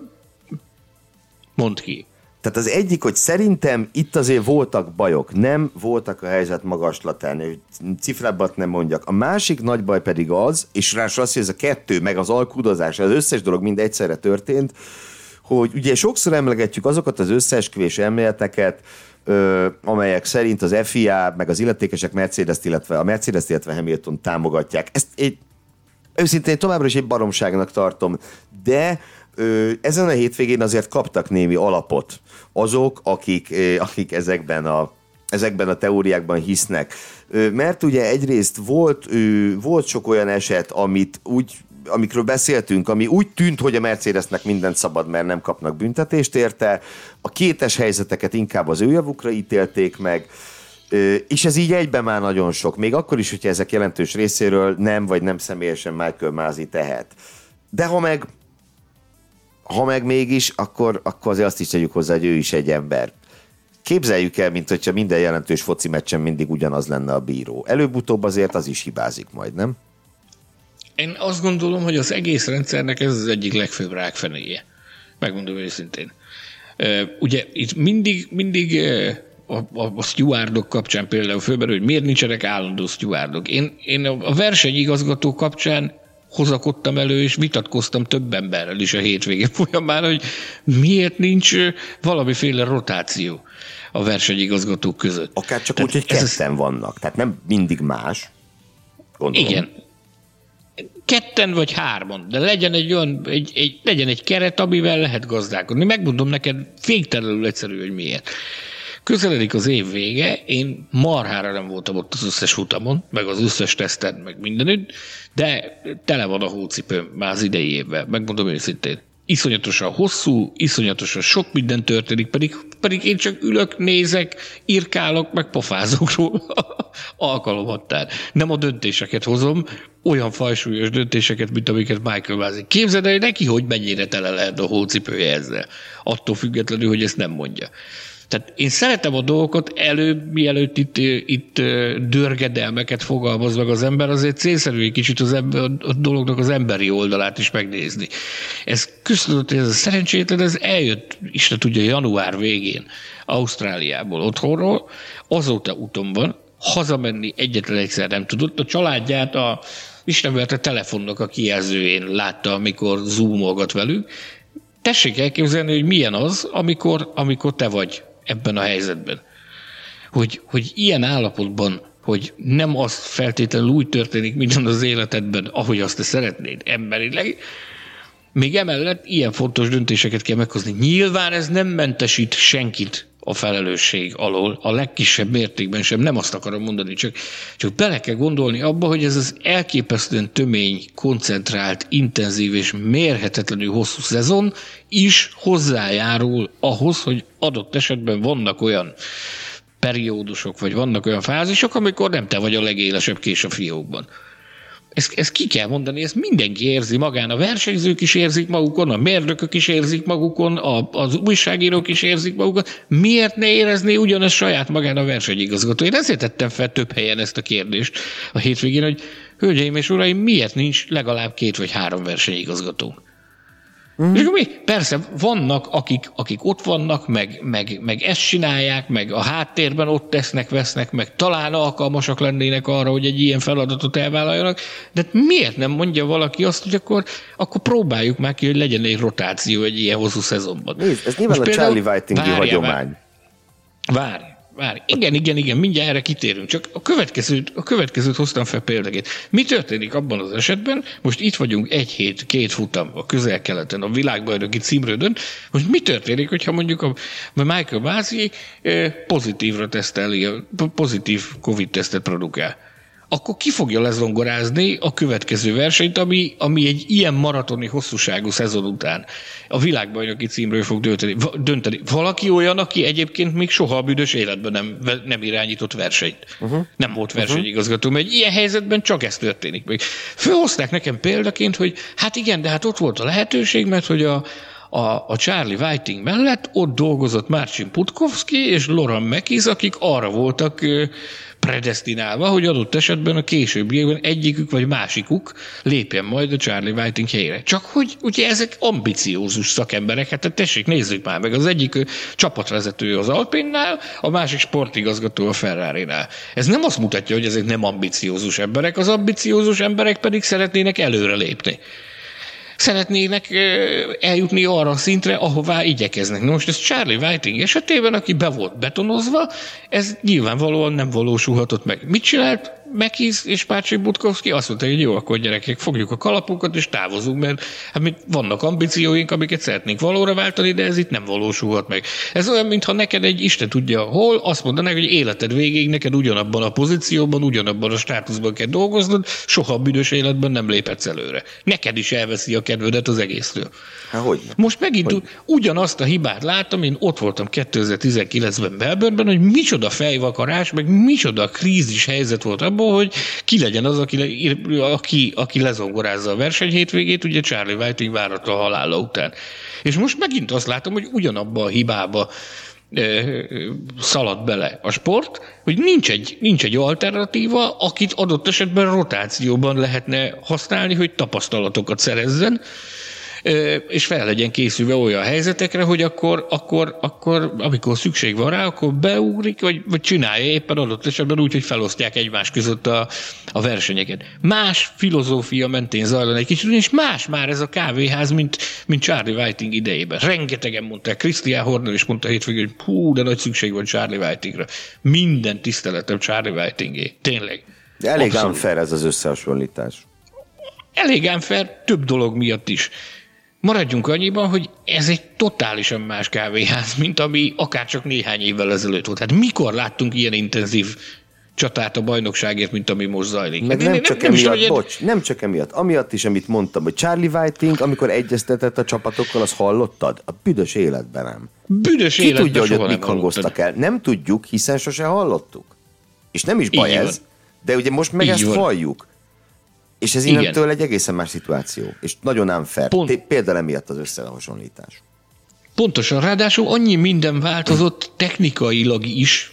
Mondd ki. Tehát az egyik, hogy szerintem itt azért voltak bajok, nem voltak a helyzet magaslatán, cifrábbat nem mondjak. A másik nagy baj pedig az, és ráadásul az, hogy ez a 2, meg az alkudozás, az összes dolog mind egyszerre történt, hogy ugye sokszor emlegetjük azokat az összeesküvés elméleteket, amelyek szerint az FIA, meg az illetékesek Mercedes-t, illetve Hamilton támogatják. Ezt őszintén továbbra is egy baromságnak tartom, de ezen a hétvégén azért kaptak némi alapot azok, akik ezekben a teóriákban hisznek. Mert ugye egyrészt volt sok olyan eset, amikről beszéltünk, ami úgy tűnt, hogy a Mercedesnek mindent szabad, mert nem kapnak büntetést érte. A kétes helyzeteket inkább az ő javukra ítélték meg, és ez így egyben már nagyon sok. Még akkor is, hogyha ezek jelentős részéről nem személyesen Michael Masi tehet. De ha meg mégis, akkor azért azt is tegyük hozzá, hogy ő is egy ember. Képzeljük el, mint hogyha minden jelentős foci meccsen mindig ugyanaz lenne a bíró. Előbb-utóbb azért az is hibázik majd, nem? Én azt gondolom, hogy az egész rendszernek ez az egyik legfőbb rákfenéje. Megmondom őszintén. Ugye itt mindig a stewardok kapcsán például fölmerül, hogy miért nincsenek állandó stewardok. Én a versenyigazgató kapcsán hozakodtam elő, és vitatkoztam több emberrel is a hétvége folyamán, hogy miért nincs valamiféle rotáció a versenyigazgatók között. Akár csak úgy, hogy ketten vannak, tehát nem mindig más. Gondolom. Igen. Ketten vagy hárman, de legyen legyen egy keret, amivel lehet gazdálkodni. Megmondom neked végtelenül egyszerű, hogy miért. Közeledik az év vége, én marhára nem voltam ott az összes futamon, meg az összes teszten, meg mindenütt, de tele van a hócipőm már az idei évvel, megmondom őszintén. Iszonyatosan hosszú, iszonyatosan sok minden történik, pedig én csak ülök, nézek, irkálok, meg pofázok róla alkalomattán. Nem a döntéseket hozom, olyan fajsúlyos döntéseket, mint amiket Michael Masi. Képzeld el neki, hogy mennyire tele lehet a hócipője ezzel. Attól függetlenül, hogy ezt nem mondja. Tehát én szeretem a dolgokat előbb, mielőtt itt dörgedelmeket fogalmaz meg az ember, azért célszerű egy kicsit a dolognak az emberi oldalát is megnézni. Ez köztudott, hogy ez a szerencsétlen, ez eljött, Isten tudja, január végén Ausztráliából, otthonról, azóta úton van, hazamenni egyetlen egyszer nem tudott, a családját a telefonnak a kijelzőjén látta, amikor zoomolgat velünk. Tessék elképzelni, hogy milyen az, amikor te vagy ebben a helyzetben. Hogy ilyen állapotban, hogy nem az feltétlenül úgy történik minden az életedben, ahogy azt te szeretnéd emberileg, még emellett ilyen fontos döntéseket kell meghozni. Nyilván ez nem mentesít senkit a felelősség alól, a legkisebb mértékben sem, nem azt akarom mondani, csak bele kell gondolni abba, hogy ez az elképesztően tömény, koncentrált, intenzív és mérhetetlenül hosszú szezon is hozzájárul ahhoz, hogy adott esetben vannak olyan periódusok, vagy vannak olyan fázisok, amikor nem te vagy a legélesebb kés a fiókban. Ezt ki kell mondani, ezt mindenki érzi magán, a versenyzők is érzik magukon, a mérnökök is érzik magukon, az újságírók is érzik magukon. Miért ne érezné ugyanezt saját magán a versenyigazgató? Én ezért tettem fel több helyen ezt a kérdést a hétvégén, hogy hölgyeim és uraim, miért nincs legalább 2 vagy 3 versenyigazgatónk? És akkor persze vannak, akik ott vannak, meg ezt csinálják, meg a háttérben ott tesznek, vesznek, meg talán alkalmasak lennének arra, hogy egy ilyen feladatot elvállaljanak, de miért nem mondja valaki azt, hogy akkor próbáljuk már ki, hogy legyen egy rotáció egy ilyen hosszú szezonban. Nézd, ez nyilván a Charlie Whitingi hagyomány. Várj. Igen, mindjárt erre kitérünk. Csak a következőt hoztam fel példaként. Mi történik abban az esetben? Most itt vagyunk 1 hét, 2 futam a Közel-Keleten, a világbajnoki címről dönt. Most mi történik, hogyha mondjuk a Michael Masi pozitívra teszteli, pozitív Covid-tesztet produkál? Akkor ki fogja lezongorázni a következő versenyt, ami egy ilyen maratoni hosszúságú szezon után a világbajnoki címről fog dönteni. Valaki olyan, aki egyébként még soha a büdös életben nem irányított versenyt. Nem volt versenyigazgató, mert egy ilyen helyzetben csak ez történik még. Fölhozták nekem példaként, hogy hát igen, de hát ott volt a lehetőség, mert hogy a Charlie Whiting mellett ott dolgozott Marcin Putkowski és Laurent Mekies, akik arra voltak predesztinálva, hogy adott esetben a későbbiekben egyikük vagy másikuk lépjen majd a Charlie Whiting helyére. Csak hogy ugye ezek ambiciózus szakemberek, hát tessék, nézzük már meg, az egyik csapatvezető az Alpinenál, a másik sportigazgató a Ferrarinál. Ez nem azt mutatja, hogy ezek nem ambiciózus emberek, az ambiciózus emberek pedig szeretnének előrelépni. Szeretnének eljutni arra a szintre, ahová igyekeznek. Na most ez Charlie Whiting esetében, aki be volt betonozva, ez nyilvánvalóan nem valósulhatott meg. Mit csinált Mekies és Marcin Putkowski? Azt mondta, hogy jó, akkor gyerekek, fogjuk a kalapunkat és távozunk, mert hát vannak ambícióink, amiket szeretnénk valóra váltani, de ez itt nem valósulhat meg. Ez olyan, mintha neked egy Isten tudja hol, azt mondanák, hogy életed végéig neked ugyanabban a pozícióban, ugyanabban a státuszban kell dolgoznod, soha a büdös életben nem léphetsz előre. Neked is elveszi a kedvedet az egésztől. Most megint ugyanazt a hibát láttam, én ott voltam 2019-ben Melbourneben, hogy micsoda fejvakarás, meg micsoda krízis helyzet volt abban, hogy ki legyen az, aki lezongorázza a verseny hétvégét, ugye Charlie Whiting váratlan halála után. És most megint azt látom, hogy ugyanabba a hibába szalad bele a sport, hogy nincs egy alternatíva, akit adott esetben rotációban lehetne használni, hogy tapasztalatokat szerezzen, és fel legyen készülve olyan helyzetekre, hogy akkor amikor szükség van rá, akkor beugrik, vagy csinálja éppen adott esetben úgy, hogy felosztják egymás között a versenyeket. Más filozófia mentén zajlan egy kicsit, és más már ez a kávéház, mint Charlie Whiting idejében. Rengetegen mondták, Christian Horner is mondta hétvégén, hogy hú, de nagy szükség van Charlie Whitingra. Minden tiszteletem Charlie Whitingé. Tényleg. De elég unfair ez az összehasonlítás. Elég unfair több dolog miatt is. Maradjunk annyiban, hogy ez egy totálisan más kávéház, mint ami akárcsak néhány évvel ezelőtt volt. Hát mikor láttunk ilyen intenzív csatát a bajnokságért, mint ami most zajlik? Meg nem csak emiatt. Amiatt is, amit mondtam, hogy Charlie Whiting, amikor egyeztetett a csapatokkal, azt hallottad? A büdös életben nem. Büdös életben tudja, hogy ott mik hallottad. hangoztak el? Nem tudjuk, hiszen sose hallottuk. És nem is baj ez, de ugye most meg Így ezt van. halljuk. És ez innentől egy egészen más szituáció. És nagyon unfair. Például emiatt az összehasonlítás. Pontosan, ráadásul annyi minden változott technikailag is,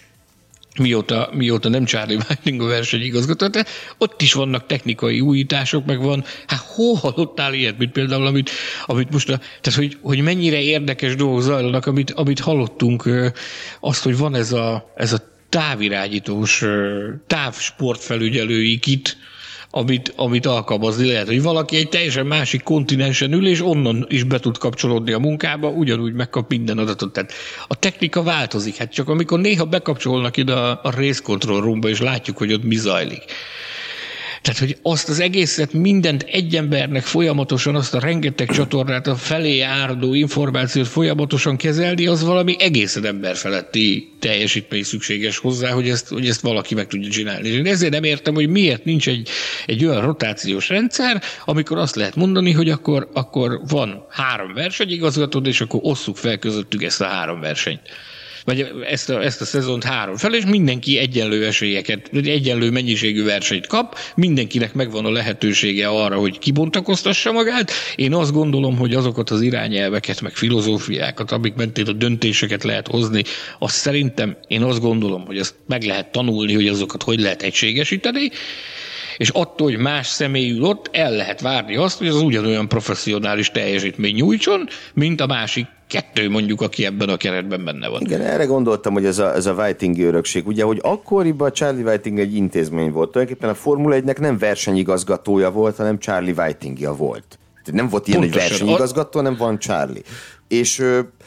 mióta nem Charlie Whiting a versenyigazgató, de ott is vannak technikai újítások, meg van, hát hol hallottál ilyet, mint például, amit most, tehát hogy mennyire érdekes dolgok zajlanak, amit hallottunk, azt, hogy van ez a távirányítós, távsportfelügyelői kit, amit alkalmazni lehet, hogy valaki egy teljesen másik kontinensen ül, és onnan is be tud kapcsolódni a munkába, ugyanúgy megkap minden adatot. Tehát a technika változik, hát csak amikor néha bekapcsolnak ide a race control roomba, és látjuk, hogy ott mi zajlik. Tehát, hogy azt az egészet, mindent egy embernek folyamatosan, azt a rengeteg csatornát, a felé áradó információt folyamatosan kezelni, az valami egészen emberfeletti teljesítmény szükséges hozzá, hogy ezt valaki meg tudja csinálni. Én ezért nem értem, hogy miért nincs egy olyan rotációs rendszer, amikor azt lehet mondani, hogy akkor van 3 versenyigazgatód, és akkor osszuk fel közöttük ezt a 3 versenyt. Vagy ezt a szezont 3 fel, és mindenki egyenlő esélyeket, egyenlő mennyiségű versenyt kap, mindenkinek megvan a lehetősége arra, hogy kibontakoztassa magát. Én azt gondolom, hogy azokat az irányelveket, meg filozófiákat, amik mentén a döntéseket lehet hozni, azt szerintem én azt gondolom, hogy azt meg lehet tanulni, hogy azokat hogy lehet egységesíteni, és attól, hogy más személy ül ott, el lehet várni azt, hogy az ugyanolyan professzionális teljesítmény nyújtson, mint a másik 2 mondjuk, aki ebben a keretben benne van. Igen, erre gondoltam, hogy ez a Whitingi örökség. Ugye, hogy akkoriban Charlie Whiting egy intézmény volt. Tulajdonképpen a Formula 1-nek nem versenyigazgatója volt, hanem Charlie Whitingja volt. Tehát nem volt ilyen, hogy versenyigazgató, hanem van Charlie. És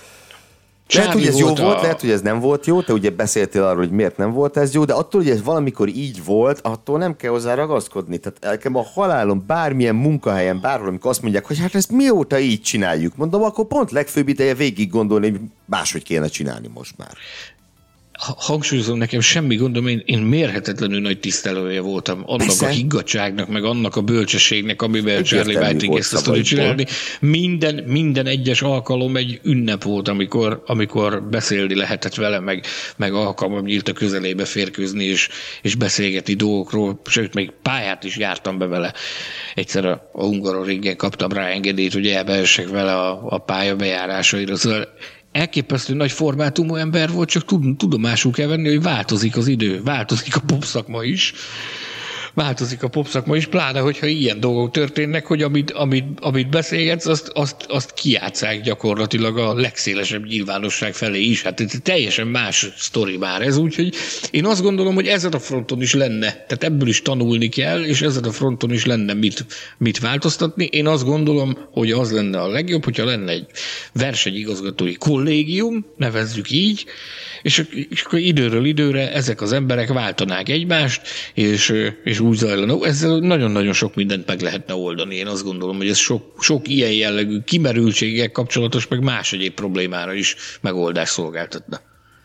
lehet, hogy ez jó volt, lehet, hogy ez nem volt jó, te ugye beszéltél arról, hogy miért nem volt ez jó, de attól, hogy ez valamikor így volt, attól nem kell hozzá ragaszkodni. Tehát nekem a halálom bármilyen munkahelyen, bárhol, amikor azt mondják, hogy hát ezt mióta így csináljuk, mondom, akkor pont legfőbb ideje végig gondolni, hogy máshogy kéne csinálni most már. Hangsúlyozom, nekem semmi gondom, én mérhetetlenül nagy tisztelője voltam annak a higgadtságnak, meg annak a bölcsességnek, amivel Charlie Whiting ezt tudja csinálni. Minden egyes alkalom egy ünnep volt, amikor beszélni lehetett vele, meg alkalmam nyílt a közelébe férkőzni és beszélgetni dolgokról, sőt, még pályát is jártam be vele. Egyszer a Hungaroringen kaptam rá engedélyt, hogy elbehessek vele a pálya bejárásaira. Szóval elképesztő nagy formátumú ember volt, csak tudomásul kell venni, hogy változik az idő, változik a popszakma is. Pláne, hogyha ilyen dolgok történnek, hogy amit beszélgetsz, azt kijátsszák gyakorlatilag a legszélesebb nyilvánosság felé is. Hát ez teljesen más sztori már ez, úgyhogy én azt gondolom, hogy ezen a fronton is lenne, tehát ebből is tanulni kell, és ezen a fronton is lenne mit változtatni. Én azt gondolom, hogy az lenne a legjobb, hogyha lenne egy versenyigazgatói kollégium, nevezzük így, és akkor időről időre ezek az emberek váltanák egymást, és úgy zajlanak. Ezzel nagyon-nagyon sok mindent meg lehetne oldani. Én azt gondolom, hogy ez sok ilyen jellegű kimerültséggel kapcsolatos, meg más egyéb problémára is megoldást szolgáltatna.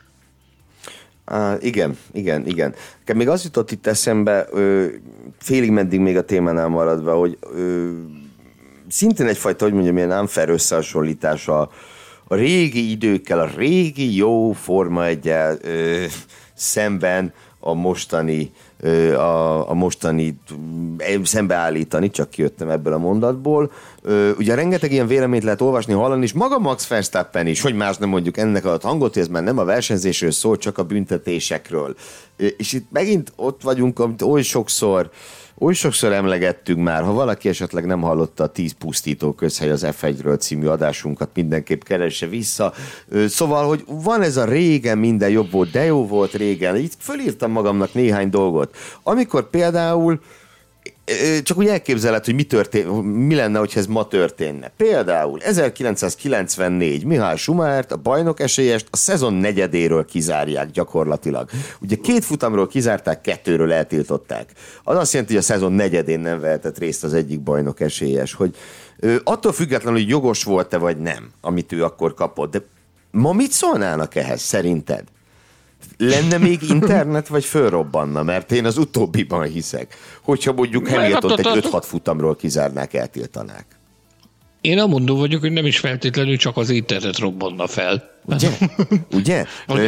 Igen. Nekem még az jutott itt eszembe, félig meddig még a témánál maradva, hogy szintén egyfajta, hogy mondjam, ilyen unfair összehasonlítás a régi időkkel, a régi jó Forma 1-el szemben a mostani a mostani szembeállítani, csak kijöttem ebből a mondatból. Ugye rengeteg ilyen véleményt lehet olvasni, hallani, és maga Max Verstappen is, hogy más nem mondjuk ennek alatt hangot, hogy ez már nem a versenyzésről szól, csak a büntetésekről. És itt megint ott vagyunk, amit oly sokszor emlegettünk már, ha valaki esetleg nem hallotta a 10 pusztító közhely az F1-ről című adásunkat, mindenképp keresse vissza. Szóval, hogy van ez a régen minden jobb volt, de jó volt régen. Itt fölírtam magamnak néhány dolgot. Amikor például csak úgy elképzelhet, hogy mi lenne, hogyha ez ma történne. Például 1994 Michael Schumachert, a bajnok esélyest a szezon negyedéről kizárják gyakorlatilag. Ugye 2 futamról kizárták, 2-ről eltiltották. Az azt jelenti, hogy a szezon negyedén nem vehetett részt az egyik bajnok esélyes, hogy attól függetlenül, hogy jogos volt-e vagy nem, amit ő akkor kapott. De ma mit szólnának ehhez szerinted? Lenne még internet, vagy fölrobbanna? Mert én az utóbbiban hiszek. Hogyha mondjuk Hamiltont egy 5-6 futamról kizárnák, eltiltanák. Én amondó vagyok, hogy nem is feltétlenül csak az internet robbanna fel. Ugye?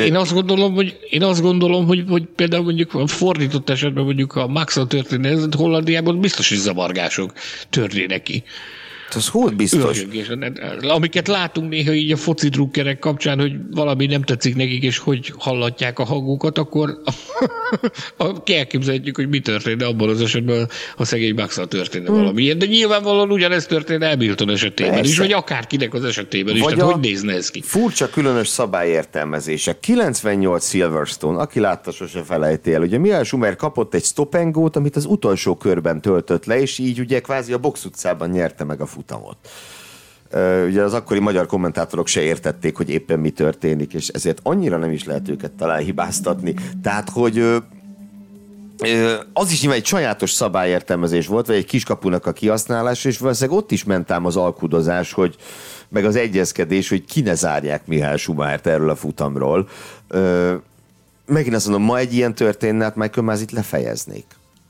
Én azt gondolom, hogy például mondjuk a fordított esetben mondjuk a Max-a történne, ez Hollandiában biztos is zavargások törnének ki. Az hogy biztos? Amiket látunk néha így a foci drukkerek kapcsán, hogy valami nem tetszik nekik, és hogy hallatják a hangukat, akkor elképzelhetjük, hogy mi történne abban az esetben, ha szegény Max-al történne valami ilyen. De nyilvánvalóan ugyanezt történne Hamilton esetében is, vagy akárkinek az esetében is. Vagy tehát hogy nézne ez ki? Furcsa különös szabályértelmezése. 98 Silverstone, aki látta, sose felejti el. Ugye Michael Schumacher kapott egy stop and go-t, amit az utolsó körben töltött le, és így ugye kvázi a box utcában nyerte meg a futamot. Ugye az akkori magyar kommentátorok se értették, hogy éppen mi történik, és ezért annyira nem is lehet őket talán hibáztatni. Tehát, hogy az is nyilván egy sajátos szabályértelmezés volt, vagy egy kiskapunak a kihasználása, és valószínűleg ott is ment ám az alkudozás, hogy meg az egyezkedés, hogy ki ne zárják Michael Schumachert erről a futamról. Megint azt mondom, ma egy ilyen történne, hát Michael Masi-t lefejeznék.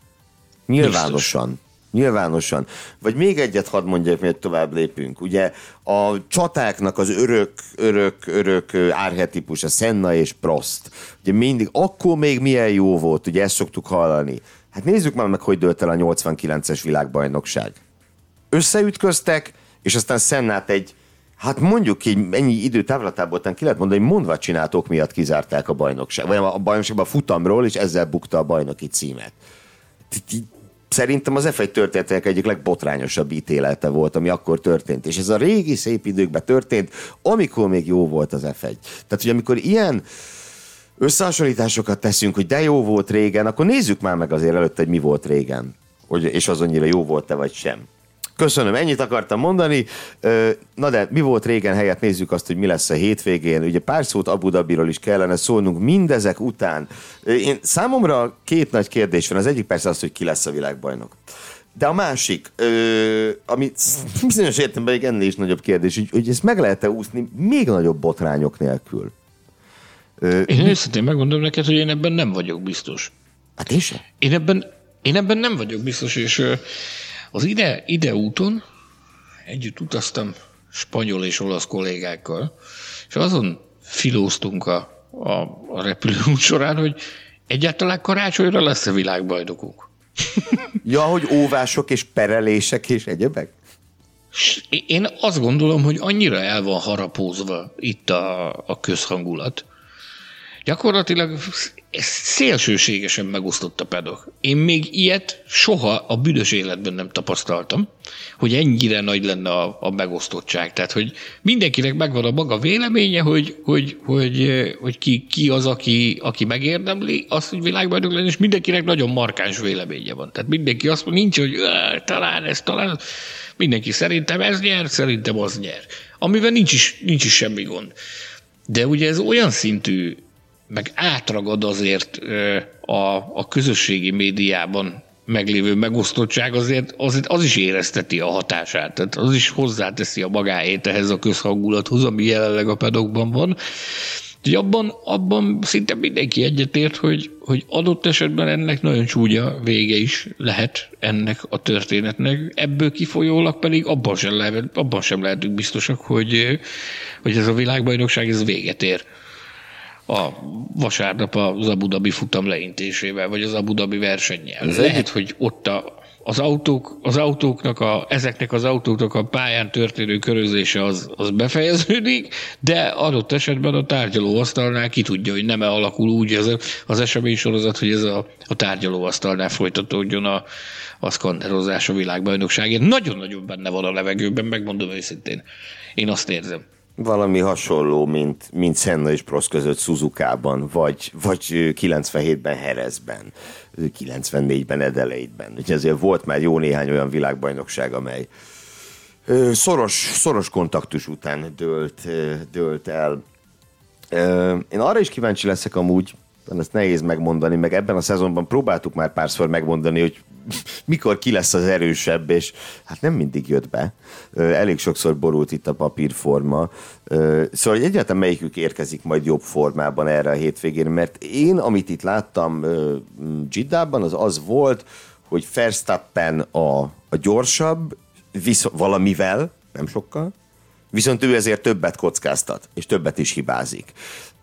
Nyilvánosan. Vagy még egyet hadd mondjak, miért tovább lépünk. Ugye a csatáknak az örök árhetipus, a Senna és Prost. Ugye mindig, akkor még milyen jó volt, ugye ezt szoktuk hallani. Hát nézzük már meg, hogy dőlt el a 89-es világbajnokság. Összeütköztek, és aztán Sennát hát mondjuk így ennyi idő távlatából ki lehet mondani, hogy mondva csináltók miatt kizárták a bajnokság, vagy a bajnokságban a futamról, és ezzel bukta a bajnoki címet. Szerintem az F1 történetének egyik legbotrányosabb ítélete volt, ami akkor történt. És ez a régi szép időkben történt, amikor még jó volt az F1. Tehát, hogy amikor ilyen összehasonlításokat teszünk, hogy de jó volt régen, akkor nézzük már meg azért előtte, hogy mi volt régen. És az annyira jó volt-e vagy sem. Köszönöm, ennyit akartam mondani. Na de mi volt régen helyett, nézzük azt, hogy mi lesz a hétvégén. Ugye pár szót Abu Dhabiról is kellene szólnunk mindezek után. Számomra 2 nagy kérdés van. Az egyik persze az, hogy ki lesz a világbajnok. De a másik, ami bizonyos értelemben még ennél is nagyobb kérdés, hogy ezt meg lehet-e úszni még nagyobb botrányok nélkül? Én őszintén megmondom neked, hogy én ebben nem vagyok biztos. Hát én sem. Én ebben nem vagyok biztos, és az ide úton együtt utaztam spanyol és olasz kollégákkal, és azon filóztunk a repülőút során, hogy egyáltalán karácsonyra lesz a világbajnokunk. Ja, hogy óvások és perelések és egyebek? Én azt gondolom, hogy annyira el van harapózva itt a közhangulat. Gyakorlatilag szélsőségesen megosztott a pedok. Én még ilyet soha a büdös életben nem tapasztaltam, hogy ennyire nagy lenne a megosztottság. Tehát, hogy mindenkinek megvan a maga véleménye, hogy ki az, aki megérdemli azt, hogy világbajnok lenni, és mindenkinek nagyon markáns véleménye van. Tehát mindenki azt mondja, nincs, hogy talán mindenki szerintem ez nyer, szerintem az nyer. Amivel nincs is semmi gond. De ugye ez olyan szintű, meg átragad azért a közösségi médiában meglévő megosztottság, azért az is érezteti a hatását. Tehát az is hozzáteszi a magáét ehhez a közhangulathoz, ami jelenleg a pedokban van. Úgyhogy abban szinte mindenki egyetért, hogy adott esetben ennek nagyon csúnya vége is lehet ennek a történetnek. Ebből kifolyólag pedig abban sem lehetünk biztosak, hogy ez a világbajnokság ez véget ér. a vasárnap az Abu Dhabi futam leintésével, vagy az Abu Dhabi versennyel. Lehet, hogy ott ezeknek az autóknak a pályán történő körözése az befejeződik, de adott esetben a tárgyalóasztalnál ki tudja, hogy nem alakul úgy az eseménysorozat, hogy ez a tárgyalóasztalnál folytatódjon a szkanderozás a világbajnokságért. Nagyon-nagyon benne van a levegőben, megmondom őszintén. Én azt érzem. Valami hasonló, mint Senna és Prost között Suzukában, vagy 97-ben Jerezben, 94-ben Adelaide-ben. Úgyhogy azért volt már jó néhány olyan világbajnokság, amely szoros kontaktus után dőlt el. Én arra is kíváncsi leszek amúgy, ezt nehéz megmondani, meg ebben a szezonban próbáltuk már párszor megmondani, hogy mikor ki lesz az erősebb, és hát nem mindig jött be. Elég sokszor borult itt a papírforma. Szóval hogy egyáltalán melyikük érkezik majd jobb formában erre a hétvégén, mert én, amit itt láttam Jiddában, az volt, hogy Verstappen a gyorsabb, valamivel, nem sokkal, viszont ő ezért többet kockáztat, és többet is hibázik.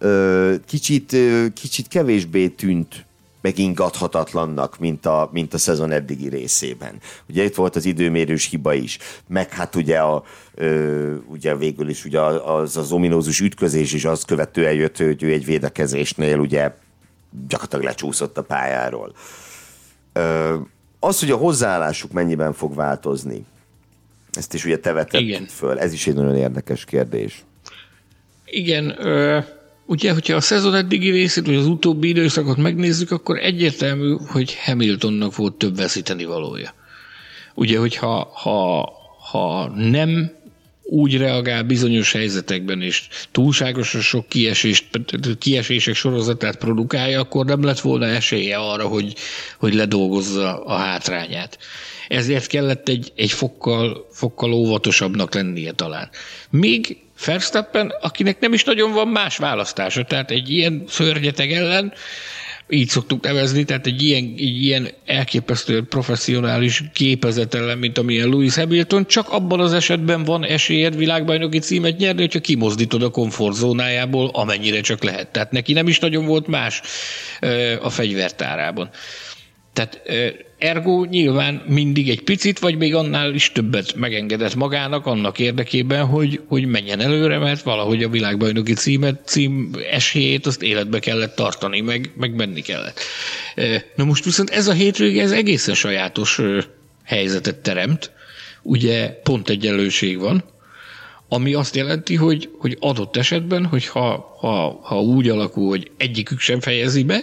Kicsit kevésbé tűnt megingathatatlannak, mint a szezon eddigi részében. Ugye itt volt az időmérős hiba is, meg hát ugye végül is ugye az ominózus ütközés is azt követően jött, hogy ő egy védekezésnél ugye gyakorlatilag lecsúszott a pályáról. Az, hogy a hozzáállásuk mennyiben fog változni, ezt is ugye te vetted föl, ez is egy nagyon érdekes kérdés. Igen, ugye, hogyha a szezon eddigi részét, vagy az utóbbi időszakot megnézzük, akkor egyértelmű, hogy Hamiltonnak volt több veszíteni valója. Ugye, hogyha nem úgy reagál bizonyos helyzetekben, és túlságosan sok kiesések sorozatát produkálja, akkor nem lett volna esélye arra, hogy ledolgozza a hátrányát. Ezért kellett egy fokkal óvatosabbnak lennie talán. Még Verstappen, akinek nem is nagyon van más választása, tehát egy ilyen szörnyeteg ellen, így szoktuk nevezni, tehát egy ilyen elképesztően professzionális képezet ellen, mint amilyen Lewis Hamilton, csak abban az esetben van esélyed világbajnoki címet nyerni, hogyha kimozdítod a komfortzónájából, amennyire csak lehet. Tehát neki nem is nagyon volt más a fegyvertárában. Tehát ergo nyilván mindig egy picit, vagy még annál is többet megengedett magának annak érdekében, hogy menjen előre, mert valahogy a világbajnoki cím esélyét azt életbe kellett tartani, meg menni kellett. Na most viszont ez a hétvége, ez egészen sajátos helyzetet teremt. Ugye pont egyenlőség van, ami azt jelenti, hogy adott esetben, ha úgy alakul, hogy egyikük sem fejezi be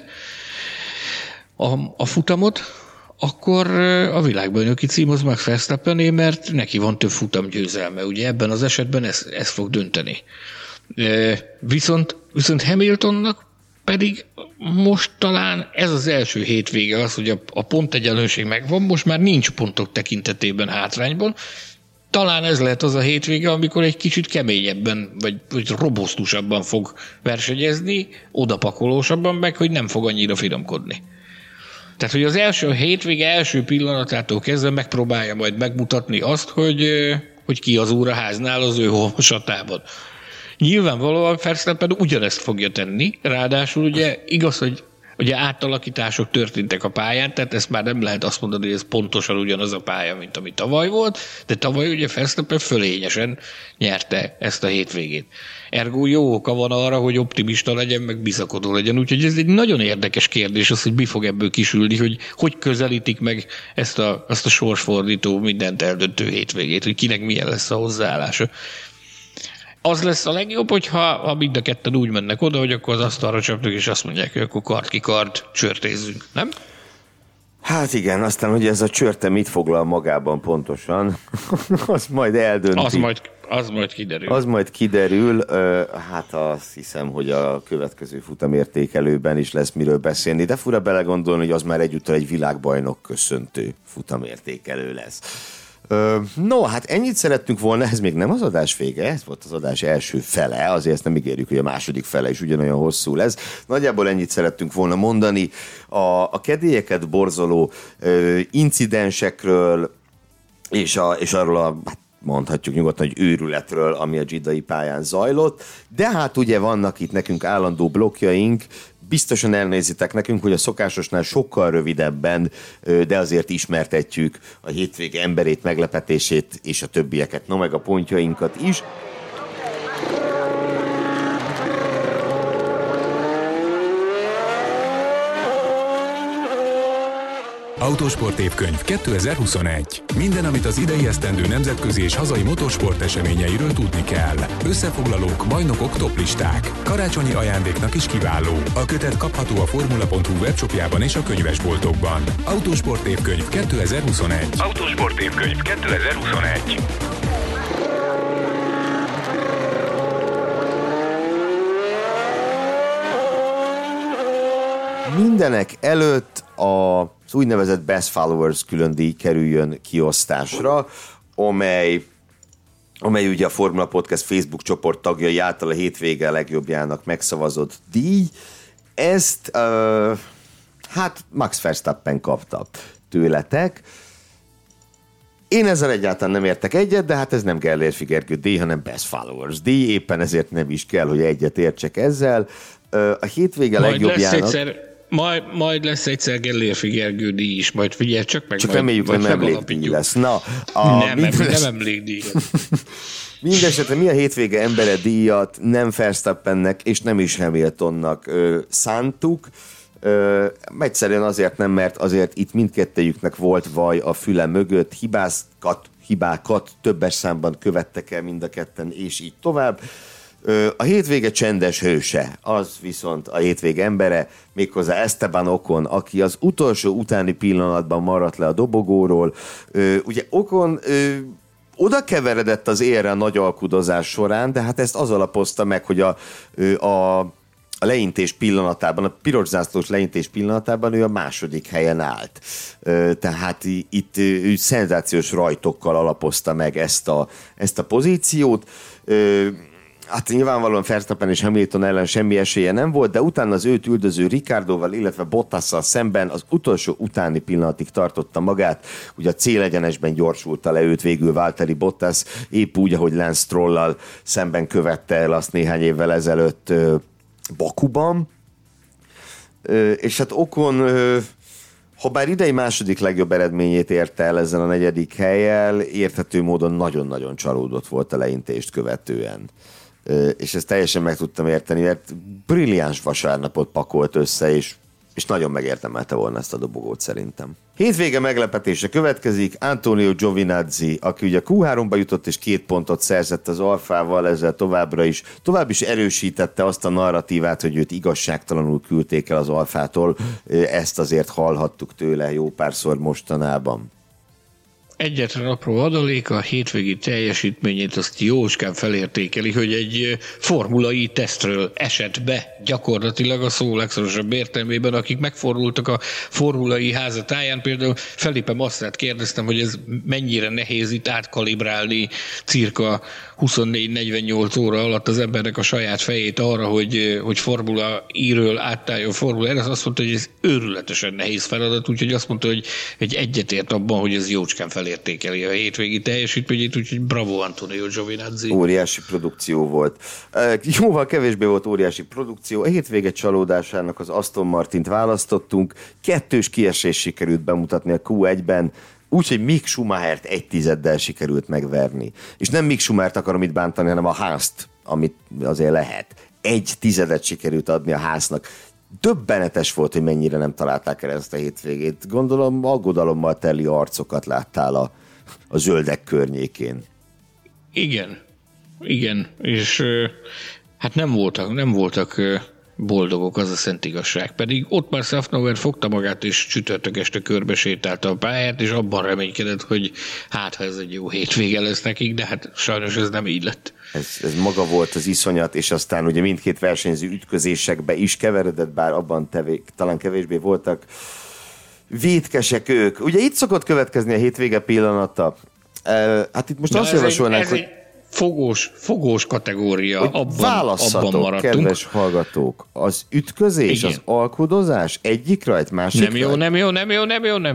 a futamot, akkor a világbajnoki cím az Max Verstappené, mert neki van több futamgyőzelme. Ugye ebben az esetben ez fog dönteni. Viszont Hamiltonnak pedig most talán ez az első hétvége az, hogy a pontegyenlőség megvan, most már nincs pontok tekintetében hátrányban. Talán ez lehet az a hétvége, amikor egy kicsit keményebben, vagy robosztusabban fog versenyezni, odapakolósabban meg, hogy nem fog annyira finomkodni. Tehát, hogy az első hétvége első pillanatától kezdve megpróbálja majd megmutatni azt, hogy ki az úr a háznál az ő olvasatában. Nyilvánvalóan Verstappen ugyanezt fogja tenni, ráadásul ugye igaz, hogy ugye átalakítások történtek a pályán, tehát ezt már nem lehet azt mondani, hogy ez pontosan ugyanaz a pálya, mint ami tavaly volt, de tavaly ugye Verstappen fölényesen nyerte ezt a hétvégét. Ergo jó oka van arra, hogy optimista legyen, meg bizakodó legyen. Úgyhogy ez egy nagyon érdekes kérdés az, hogy mi fog ebből kisülni, hogy közelítik meg ezt a sorsfordító, mindent eldöntő hétvégét, hogy kinek milyen lesz a hozzáállása. Az lesz a legjobb, hogyha mind a ketten úgy mennek oda, hogy akkor az asztalra csapnak, és azt mondják, hogy akkor kard ki kard, csörtézzünk, nem? Hát igen, aztán, hogy ez a csörte mit foglal magában pontosan, az majd eldönti. Az majd kiderül. Az majd kiderül. Hát azt hiszem, hogy a következő futamértékelőben is lesz miről beszélni, de fura belegondolni, hogy az már egyúttal egy világbajnok köszöntő futamértékelő lesz. No, hát ennyit szerettünk volna, ez még nem az adás vége, ez volt az adás első fele, azért ezt nem ígérjük, hogy a második fele is ugyanolyan hosszú lesz. Nagyjából ennyit szerettünk volna mondani a kedélyeket borzoló incidensekről, és arról a mondhatjuk nyugodtan, hogy őrületről, ami a Jiddai pályán zajlott, de hát ugye vannak itt nekünk állandó blokkjaink, biztosan elnézitek nekünk, hogy a szokásosnál sokkal rövidebben, de azért ismertetjük a hétvége emberét, meglepetését és a többieket, no meg a pontjainkat is. Autósport évkönyv 2021. Minden, amit az idei esztendő nemzetközi és hazai motorsport eseményeiről tudni kell. Összefoglalók, bajnokok, toplisták. Karácsonyi ajándéknak is kiváló. A kötet kapható a formula.hu webshopjában és a könyvesboltokban. Autósport évkönyv 2021. Autósport évkönyv 2021. Mindenek előtt az úgynevezett Best Followers különdíj kerüljön kiosztásra, amely ugye a Formula Podcast Facebook csoport tagjai által a hétvége legjobbjának megszavazott díj. Ezt hát Max Verstappen kapta tőletek. Én ezzel egyáltalán nem értek egyet, de hát ez nem Gellérfi Gergő díj, hanem Best Followers díj, éppen ezért nem is kell, hogy egyet értsek ezzel. A hétvége legjobbjának... Majd lesz egyszer Gellérfi Gergő díj is, majd figyelj csak meg. Csak reméljük, hogy nem emlékdíj lesz. Na, nem emlékdíj. Mindenesetre mi a hétvége embere díjat nem Verstappennek és nem is Hamiltonnak szántuk. Egyszerűen azért nem, mert azért itt mindkettejüknek volt vaj a füle mögött, hibákat többes számban követtek el mind a ketten, és így tovább. A hétvége csendes hőse, az viszont a hétvége embere, méghozzá Esteban Ocon, aki az utolsó utáni pillanatban maradt le a dobogóról. Ugye Ocon oda keveredett az élre a nagy alkudozás során, de hát ezt az alapozta meg, hogy a leintés pillanatában, a piros zászlós leintés pillanatában ő a második helyen állt. Tehát itt szenzációs rajtokkal alapozta meg ezt a pozíciót. Hát nyilvánvalóan Verstappen és Hamilton ellen semmi esélye nem volt, de utána az őt üldöző Ricciardoval, illetve Bottasszal szemben az utolsó utáni pillanatig tartotta magát. Ugye a célegyenesben gyorsulta le őt végül Valtteri Bottas, épp úgy, ahogy Lance Strollal szemben követte el azt néhány évvel ezelőtt Bakuban. És hát Ocon, ha bár idei második legjobb eredményét érte el ezen a negyedik hellyel, érthető módon nagyon-nagyon csalódott volt a leintést követően. És ezt teljesen meg tudtam érteni, mert brilliáns vasárnapot pakolt össze, és nagyon megérdemelte volna ezt a dobogót szerintem. Hétvége meglepetése következik, Antonio Giovinazzi, aki ugye Q3-ba jutott és 2 pontot szerzett az Alfával, ezzel tovább is erősítette azt a narratívát, hogy őt igazságtalanul küldték el az Alfától, ezt azért hallhattuk tőle jó párszor mostanában. Egyetlen apró adalék, a hétvégi teljesítményét azt jócskán felértékeli, hogy egy formulai tesztről esett be gyakorlatilag a szó legszorosabb értelmében, akik megfordultak a formulai házatáján. Például Felipe Masszát kérdeztem, hogy ez mennyire nehéz itt átkalibrálni cirka 24-48 óra alatt az embernek a saját fejét arra, hogy Formula I-ről átálljon Formula R. Azt mondta, hogy ez őrületesen nehéz feladat, úgyhogy azt mondta, hogy egyetért abban, hogy ez jócskán felértékeli a hétvégi teljesítményét, úgyhogy bravo Antonio Giovinazzi. Óriási produkció volt. Jóval kevésbé volt óriási produkció. A hétvége csalódásának az Aston Martint választottunk. 2 kiesés sikerült bemutatni a Q1-ben, úgyhogy Mick Schumachert 1/10 sikerült megverni. És nem Mick Schumachert akarom itt bántani, hanem a Haast, amit azért lehet. 1/10 sikerült adni a Haasnak. Döbbenetes volt, hogy mennyire nem találták el ezt a hétvégét. Gondolom aggodalommal teli arcokat láttál a zöldek környékén. Igen, és hát nem voltak boldogok, az a szent igazság. Pedig Ottmar Szafnauer fogta magát, és csütörtök este körbe sétálta a pályát, és abban reménykedett, hogy hát ha ez egy jó hétvége lesz nekik, de hát sajnos ez nem így lett. Ez maga volt az iszonyat, és aztán ugye mindkét versenyző ütközésekbe is keveredett, bár abban talán kevésbé voltak vétkesek ők. Ugye itt szokott következni a hétvége pillanata. Hát itt most azt javasolnánk, hogy fogós kategória, abban maradtunk. Kedves hallgatók, az ütközés, igen. Az alkudozás egyik rajt, másik nem jó.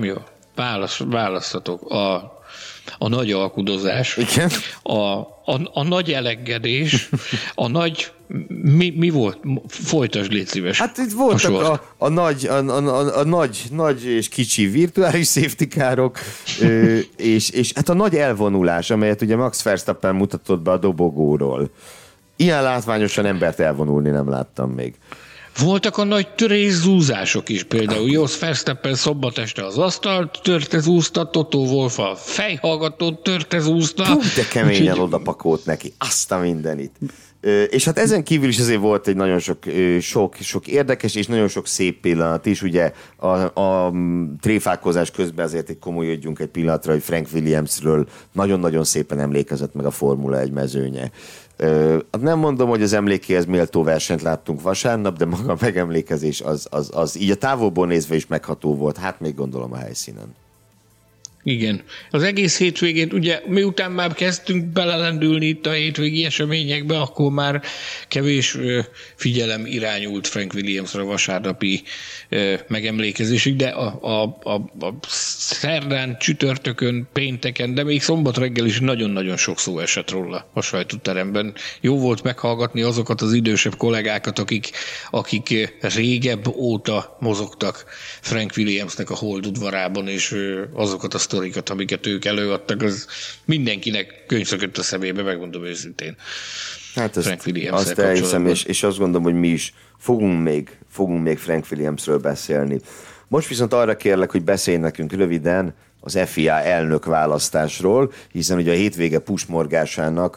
választatok. A nagy alkudozás, igen? A nagy elengedés, a nagy... Mi volt? Folytasd, légy szíves. Hát itt voltak a nagy és kicsi virtuális safety car-ok, és hát a nagy elvonulás, amelyet ugye Max Verstappen mutatott be a dobogóról. Ilyen látványosan embert elvonulni nem láttam még. Voltak a nagy törészúzások is, például Jos Verstappen szombat este az asztalt törtezúzta, Toto Wolff a fejhallgatót törtezúzta. De keményen odapakolt neki, azt a mindenit. És hát ezen kívül is azért volt egy nagyon sok érdekes és nagyon sok szép pillanat is, ugye a tréfálkozás közben azért egy komolyodjunk egy pillanatra, hogy Frank Williamsről nagyon-nagyon szépen emlékezett meg a Formula 1 mezőnye. Nem mondom, hogy az emlékéhez méltó versenyt láttunk vasárnap, de maga a megemlékezés az így a távolból nézve is megható volt, hát még gondolom a helyszínen. Igen. Az egész hétvégén, ugye miután már kezdtünk belelendülni itt a hétvégi eseményekbe, akkor már kevés figyelem irányult Frank Williamsra vasárnapi megemlékezésig, de a szerdán, csütörtökön, pénteken, de még szombat reggel is nagyon-nagyon sok szó esett róla a sajtóteremben. Jó volt meghallgatni azokat az idősebb kollégákat, akik régebb óta mozogtak Frank Williamsnek a Hold udvarában, és azokat a sztorikat, amiket ők előadtak, az mindenkinek könyv szökött a szemébe, megmondom őszintén. Hát azt elhiszem, és azt gondolom, hogy mi is fogunk még Frank Williamsről beszélni. Most viszont arra kérlek, hogy beszélj nekünk röviden az FIA elnök választásról, hiszen ugye a hétvége pusmorgásának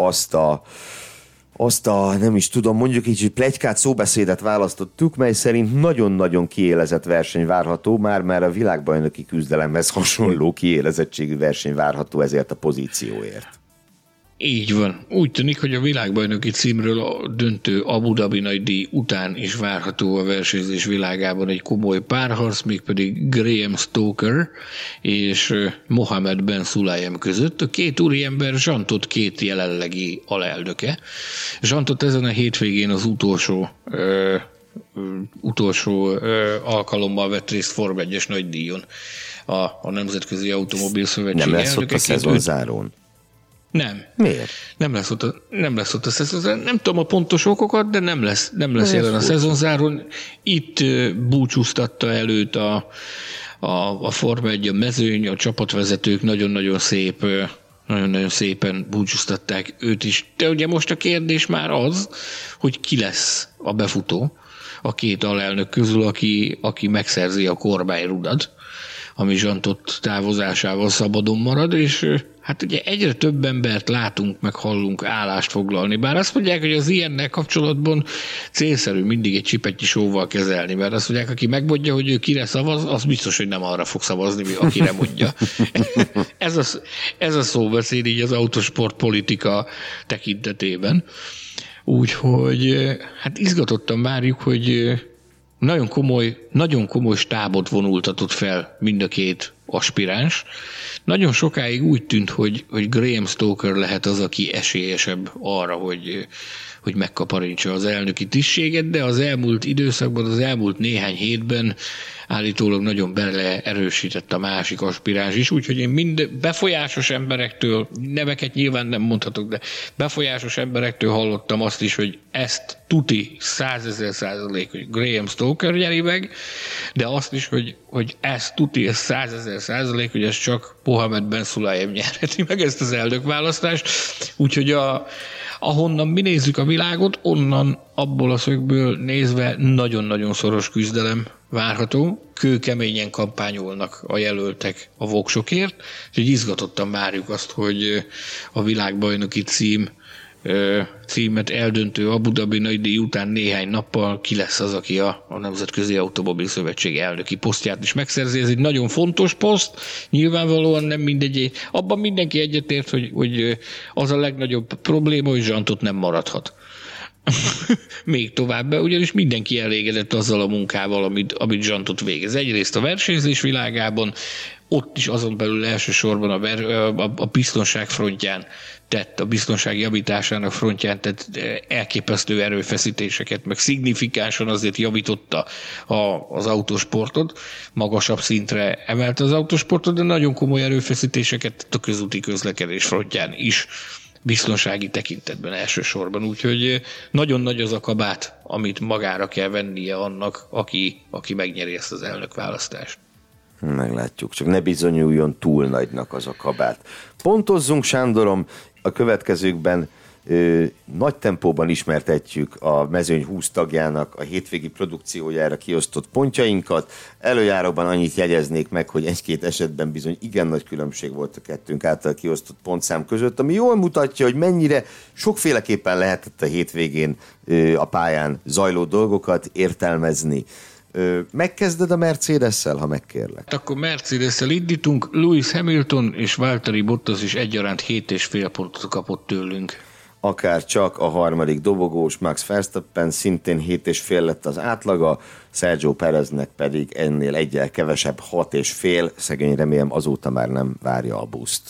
azt a, nem is tudom, mondjuk így, hogy pletykát, szóbeszédet választottuk, mely szerint nagyon-nagyon kiélezett verseny várható, már a világbajnoki küzdelemhez hasonló kiélezettségű verseny várható ezért a pozícióért. Így van. Úgy tűnik, hogy a világbajnoki címről a döntő Abu Dhabi nagydíj után is várható a versenyzés világában egy komoly párharc, mégpedig Graham Stoker és Mohamed Ben Sulayem között. A két úriember Zsantot két jelenlegi alelnöke. Zsantot ezen a hétvégén az utolsó alkalommal vett részt Form 1-es nagydíjon a Nemzetközi Automobil Szövetség elnökeként. Nem lesz ott a szezonzárón? Nem. Miért? Nem lesz ott a szezonzáron. Nem tudom a pontos okokat, de nem lesz jelen a szezonzáron. Itt búcsúztatta előtt a Forma 1, a mezőny, a csapatvezetők nagyon-nagyon szépen búcsúztatták őt is. De ugye most a kérdés már az, hogy ki lesz a befutó a két alelnök közül, aki megszerzi a kormányrudat, ami Zsantot távozásával szabadon marad, és hát ugye egyre több embert látunk, meg hallunk állást foglalni. Bár azt mondják, hogy az ilyennel kapcsolatban célszerű mindig egy csipetnyi sóval kezelni, mert azt mondják, aki megmondja, hogy ő kire szavaz, az biztos, hogy nem arra fog szavazni, akire mondja. Ez a szóbeszéd így az autosport politika tekintetében. Úgyhogy hát izgatottan várjuk, hogy nagyon komoly stábot vonultatott fel mind a két aspiráns. Nagyon sokáig úgy tűnt, hogy Graham Stoker lehet az, aki esélyesebb arra, hogy megkaparítsa az elnöki tisztséget, de az elmúlt időszakban, az elmúlt néhány hétben állítólag nagyon beleerősített a másik aspiráns is, úgyhogy én mind befolyásos emberektől, neveket nyilván nem mondhatok, de befolyásos emberektől hallottam azt is, hogy ezt tuti 100,000%, hogy Graham Stoker nyeri meg, de azt is, hogy ezt tuti 100,000%, hogy ez csak Mohamed Ben Sulayem nyerheti meg ezt az elnökválasztást, úgyhogy ahonnan mi nézzük a világot, onnan abból a szögből nézve nagyon-nagyon szoros küzdelem várható. Kőkeményen kampányolnak a jelöltek a voksokért, úgyhogy izgatottan várjuk azt, hogy a világbajnoki címet eldöntő Abu Dhabi nagydíj után néhány nappal ki lesz az, aki a Nemzetközi Automobil Szövetség elnöki posztját is megszerzi. Ez egy nagyon fontos poszt, nyilvánvalóan nem mindegy. Abban mindenki egyetért, hogy az a legnagyobb probléma, hogy Zsantot nem maradhat. Még tovább, ugyanis mindenki elégedett azzal a munkával, amit Zsantot végez. Egyrészt a versenyzés világában, ott is azon belül elsősorban a biztonság frontján tett, a biztonság javításának frontján tett elképesztő erőfeszítéseket, meg szignifikánsan azért javította az autósportot, magasabb szintre emelte az autósportot, de nagyon komoly erőfeszítéseket tett a közúti közlekedés frontján is, biztonsági tekintetben elsősorban. Úgyhogy nagyon nagy az a kabát, amit magára kell vennie annak, aki megnyeri ezt az elnökválasztást. Meglátjuk, csak ne bizonyuljon túl nagynak az a kabát. Pontozzunk, Sándorom, a következőkben nagy tempóban ismertetjük a mezőny 20 tagjának a hétvégi produkciójára kiosztott pontjainkat. Előjáróban annyit jegyeznék meg, hogy egy-két esetben bizony igen nagy különbség volt a kettőnk által kiosztott pontszám között, ami jól mutatja, hogy mennyire sokféleképpen lehetett a hétvégén a pályán zajló dolgokat értelmezni. Megkezded a Mercedes-szel, ha megkérlek? Akkor Mercedes-szel indítunk. Lewis Hamilton és Valtteri Bottas is egyaránt 7,5 pontot kapott tőlünk. Akár csak a harmadik dobogós Max Verstappen szintén 7,5 lett az átlaga, Sergio Pereznek pedig ennél egyel kevesebb 6,5, szegény, remélem azóta már nem várja a buszt.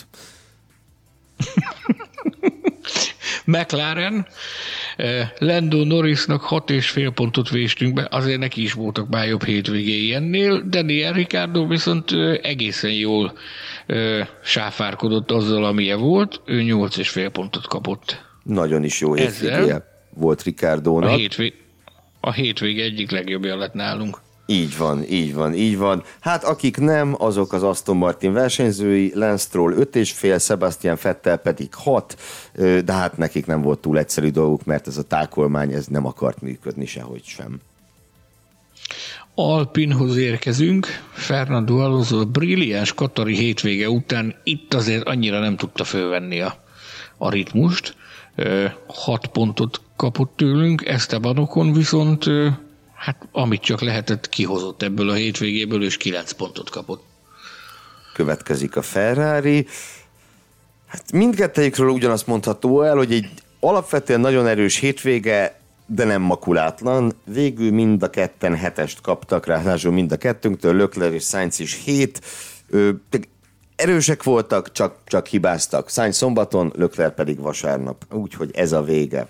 McLaren, Lando Norrisnak 6,5 pontot véstünk be, azért neki is voltak már jobb hétvégéi ennél, Daniel Ricciardo viszont egészen jól sáfárkodott azzal, amilyen volt, ő 8,5 pontot kapott. Nagyon is jó hétvégéje volt Ricciardónak. A hétvége egyik legjobbja lett nálunk. Így van. Hát akik nem, azok az Aston Martin versenyzői, Lance Stroll 5,5, Sebastian Vettel pedig 6, de hát nekik nem volt túl egyszerű dolguk, mert ez a tákolmány ez nem akart működni sehogy sem. Alpinhoz érkezünk. Fernando Alonso brilliáns katari hétvége után itt azért annyira nem tudta fölvenni a ritmust. 6 pontot kapott tőlünk, Esteban Ocon viszont hát amit csak lehetett, kihozott ebből a hétvégéből, és 9 pontot kapott. Következik a Ferrari. Hát mindkettejükről ugyanazt mondható el, hogy egy alapvetően nagyon erős hétvége, de nem makulátlan. Végül mind a ketten 7-est kaptak, ráadásul mind a kettőnktől, Leclerc és Sainz is 7. Erősek voltak, csak hibáztak. Sainz szombaton, Leclerc pedig vasárnap. Úgyhogy ez a vége.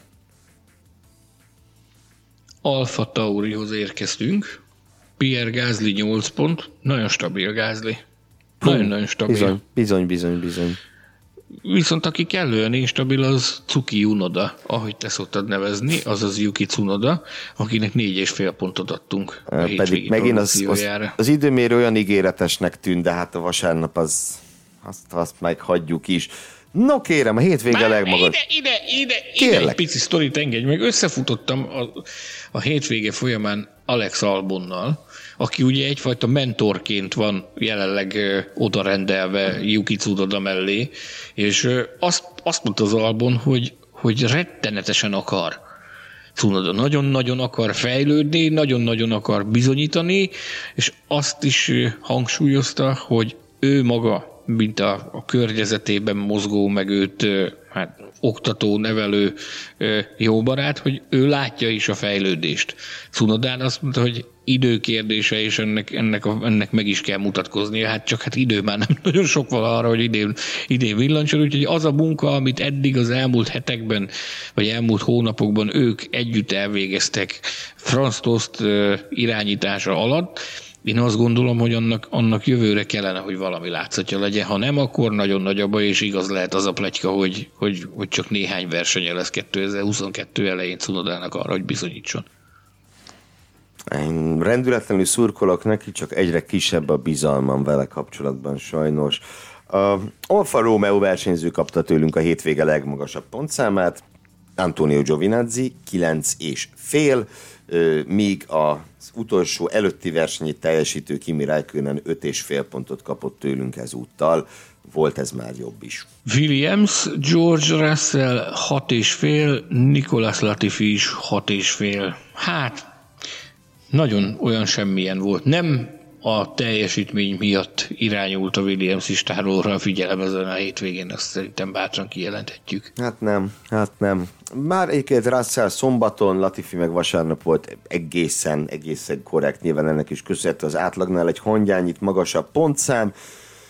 Alfa Taurihoz érkeztünk. Pierre Gasly 8 pont. Nagyon stabil Gasly. Nagyon stabil. Bizony. Viszont aki kellően instabil, az Tsuki Tsunoda, ahogy te szoktad nevezni, azaz Yuki Tsunoda, akinek 4,5 pontot adtunk a pedig megint az időmérő olyan ígéretesnek tűnt, de hát a vasárnap azt meg hagyjuk is. No kérem, a hétvége legmagasabb. Ide egy pici sztorit engedj meg. Összefutottam a hétvége folyamán Alex Albonnal, aki ugye egyfajta mentorként van jelenleg odarendelve Yuki Tsunoda mellé, és azt mondta az Albon, hogy rettenetesen akar Tsunoda. Nagyon-nagyon akar fejlődni, nagyon-nagyon akar bizonyítani, és azt is hangsúlyozta, hogy ő maga, mint a környezetében mozgó, meg őt oktató, nevelő jó barát, hogy ő látja is a fejlődést. Tsunodán azt mondta, hogy időkérdése, és ennek meg is kell mutatkoznia, hát idő már nem nagyon sok van arra, hogy idén villancson, úgyhogy az a munka, amit eddig az elmúlt hetekben, vagy elmúlt hónapokban ők együtt elvégeztek Franz Tost irányítása alatt, én azt gondolom, hogy annak jövőre kellene, hogy valami látszatja legyen. Ha nem, akkor nagyon nagy a baj, és igaz lehet az a pletyka, hogy csak néhány versenye lesz 2022 elején Tsunodának arra, hogy bizonyítson. Én rendületlenül szurkolok neki, csak egyre kisebb a bizalmam vele kapcsolatban sajnos. Alfa Romeo versenyző kapta tőlünk a hétvége legmagasabb pontszámát, Antonio Giovinazzi 9,5, míg az utolsó előtti versenyét teljesítő Kimi Räikkönen 5,5 pontot kapott tőlünk ezúttal. Volt ez már jobb is. Williams, George Russell 6,5, Nicolas Latifi is 6,5. Hát, nagyon olyan semmilyen volt. Nem a teljesítmény miatt irányult a Williams-istáról a figyelem ezen a hétvégén, azt szerintem bátran kijelenthetjük. Hát nem. Már egyébként Russell szombaton, Latifi meg vasárnap volt egészen korrekt, nyilván ennek is köszönhető az átlagnál egy hangyányit magasabb pontszám.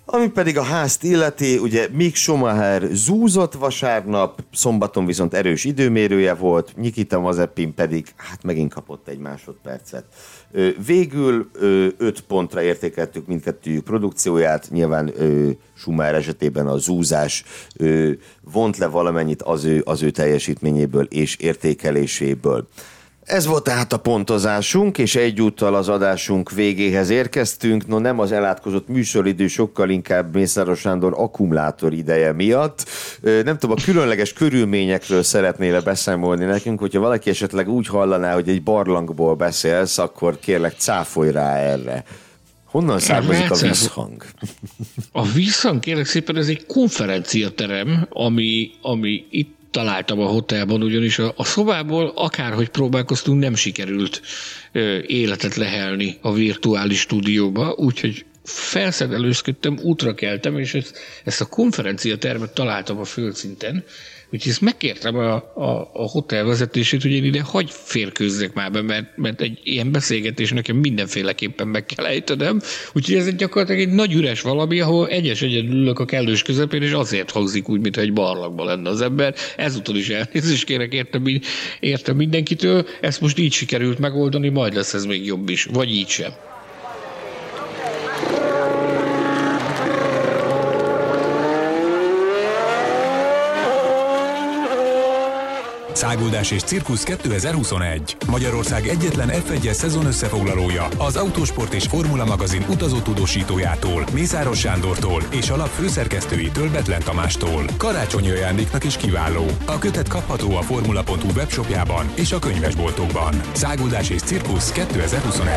Ami pedig a házt illeti, ugye Mick Schumacher zúzott vasárnap, szombaton viszont erős időmérője volt, Nikita Mazepin pedig hát megint kapott egy másodpercet. Végül 5 pontra értékeltük mindkettőjük produkcióját, nyilván Schumacher esetében a zúzás vont le valamennyit az ő teljesítményéből és értékeléséből. Ez volt tehát a pontozásunk, és egyúttal az adásunk végéhez érkeztünk. No, nem az elátkozott műsoridő, sokkal inkább Mészáros Sándor akkumulátor ideje miatt. Nem tudom, a különleges körülményekről szeretnél beszámolni nekünk, hogyha valaki esetleg úgy hallaná, hogy egy barlangból beszélsz, akkor kérlek cáfolj rá erre. Honnan származik a visszhang? A visszhang, kérlek szépen, ez egy konferenciaterem, ami itt találtam a hotelban, ugyanis a szobából akárhogy próbálkoztunk, nem sikerült életet lehelni a virtuális stúdióba, úgyhogy felszedelőzködtem, útra keltem, és ezt a konferenciatermet találtam a földszinten, úgyhogy ezt megkértem a hotel vezetését, hogy én ide hagyj férkőzzek már be, mert egy ilyen beszélgetés nekem mindenféleképpen meg kell ejtenem. Úgyhogy ez gyakorlatilag egy nagy üres valami, ahol egyedül ülök a kellős közepén, és azért hangzik úgy, mintha egy barlangban lenne az ember. Ezúttal is elnézést kérek értem mindenkitől. Ezt most így sikerült megoldani, majd lesz ez még jobb is. Vagy így sem. Száguldás és cirkusz 2021. Magyarország egyetlen F1-es szezon összefoglalója az Autósport és Formula magazin utazótudósítójától, Mészáros Sándortól és a lap főszerkesztőitől, Bethlen Tamástól. Karácsonyi ajándéknak is kiváló. A kötet kapható a formula.hu webshopjában és a könyvesboltokban. Száguldás és cirkusz 2021.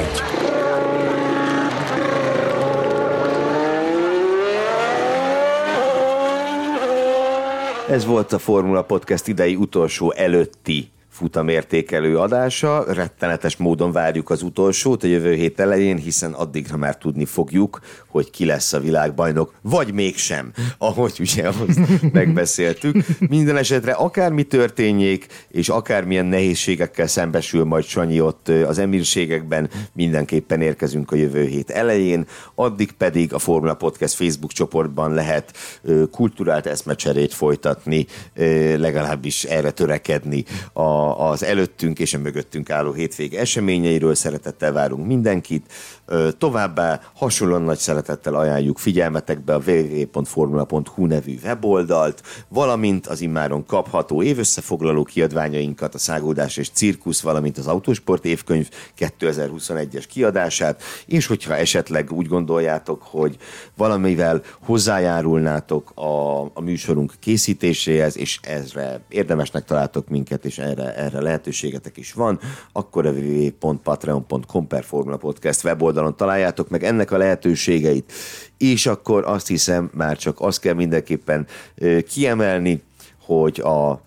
Ez volt a Formula Podcast idei utolsó előtti futamértékelő adása. Rettenetes módon várjuk az utolsót a jövő hét elején, hiszen addigra már tudni fogjuk, hogy ki lesz a világbajnok, vagy mégsem, ahogy ugye azt megbeszéltük. Minden esetre akármi történjék, és akármilyen nehézségekkel szembesül majd Sanyi ott az emírségekben, mindenképpen érkezünk a jövő hét elején, addig pedig a Formula Podcast Facebook csoportban lehet kulturált eszmecserét folytatni, legalábbis erre törekedni az előttünk és a mögöttünk álló hétvége eseményeiről. Szeretettel várunk mindenkit. Továbbá hasonlóan nagy szeretettel ajánljuk figyelmetekbe a www.formula.hu nevű weboldalt, valamint az immáron kapható évösszefoglaló kiadványainkat, a Száguldás és Cirkusz, valamint az Autósport évkönyv 2021-es kiadását, és hogyha esetleg úgy gondoljátok, hogy valamivel hozzájárulnátok a műsorunk készítéséhez, és ezre érdemesnek találtok minket, és erre lehetőségetek is van, akkor a www.patreon.com/formulapodcast weboldalon találjátok meg ennek a lehetőségeit. És akkor azt hiszem, már csak azt kell mindenképpen kiemelni, hogy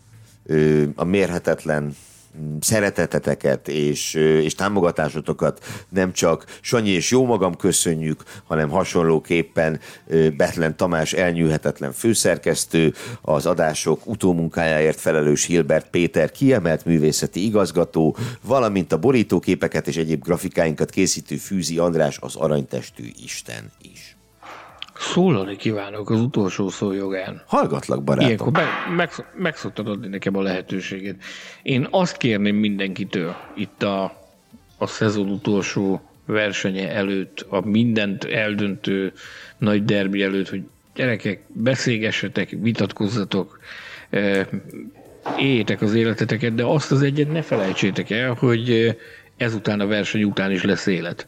a mérhetetlen szereteteteket és támogatásotokat nem csak Sanyi és jómagam köszönjük, hanem hasonlóképpen Bethlen Tamás elnyűhetetlen főszerkesztő, az adások utómunkájáért felelős Hilbert Péter kiemelt művészeti igazgató, valamint a borítóképeket és egyéb grafikáinkat készítő Fűzi András, az aranytestű Isten is. Szólani kívánok az utolsó szó jogán. Hallgatlak, barátom. Ilyenkor meg szoktad adni nekem a lehetőséget. Én azt kérném mindenkitől itt a szezon utolsó versenye előtt, a mindent eldöntő nagy derbi előtt, hogy gyerekek, beszélgessetek, vitatkozzatok, éljétek az életeteket, de azt az egyet ne felejtsétek el, hogy ezután a verseny után is lesz élet.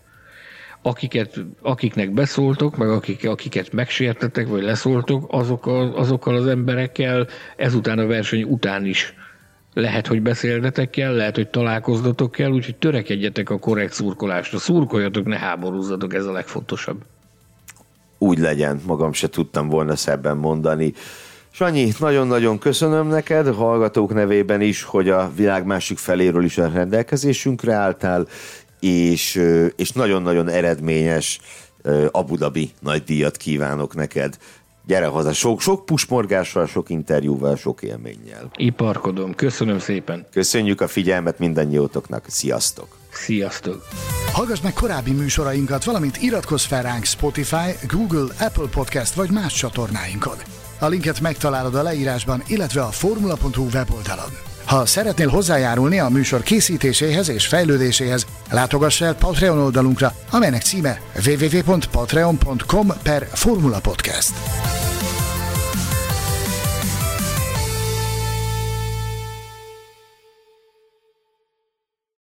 Akiknek beszóltok, meg akiket megsértettek, vagy leszóltok, azokkal az emberekkel ezután a verseny után is lehet, hogy beszélnetek kell, lehet, hogy találkozzatok kell, úgyhogy törekedjetek a korrekt szurkolásra. Szurkoljatok, ne háborúzzatok, ez a legfontosabb. Úgy legyen, magam se tudtam volna szebben mondani. Sanyi, nagyon-nagyon köszönöm neked, a hallgatók nevében is, hogy a világ másik feléről is a rendelkezésünkre álltál, és nagyon-nagyon eredményes Abu Dhabi nagydíjat kívánok neked. Gyere haza, sok pusmorgással, sok interjúval, sok élménnyel. Iparkodom, köszönöm szépen. Köszönjük a figyelmet mindannyiótoknak, sziasztok! Sziasztok! Hallgass meg korábbi műsorainkat, valamint iratkozz fel ránk Spotify, Google, Apple Podcast vagy más csatornáinkon. A linket megtalálod a leírásban, illetve a formula.hu weboldalon. Ha szeretnél hozzájárulni a műsor készítéséhez és fejlődéséhez, látogass el Patreon oldalunkra, amelynek címe www.patreon.com/formulapodcast.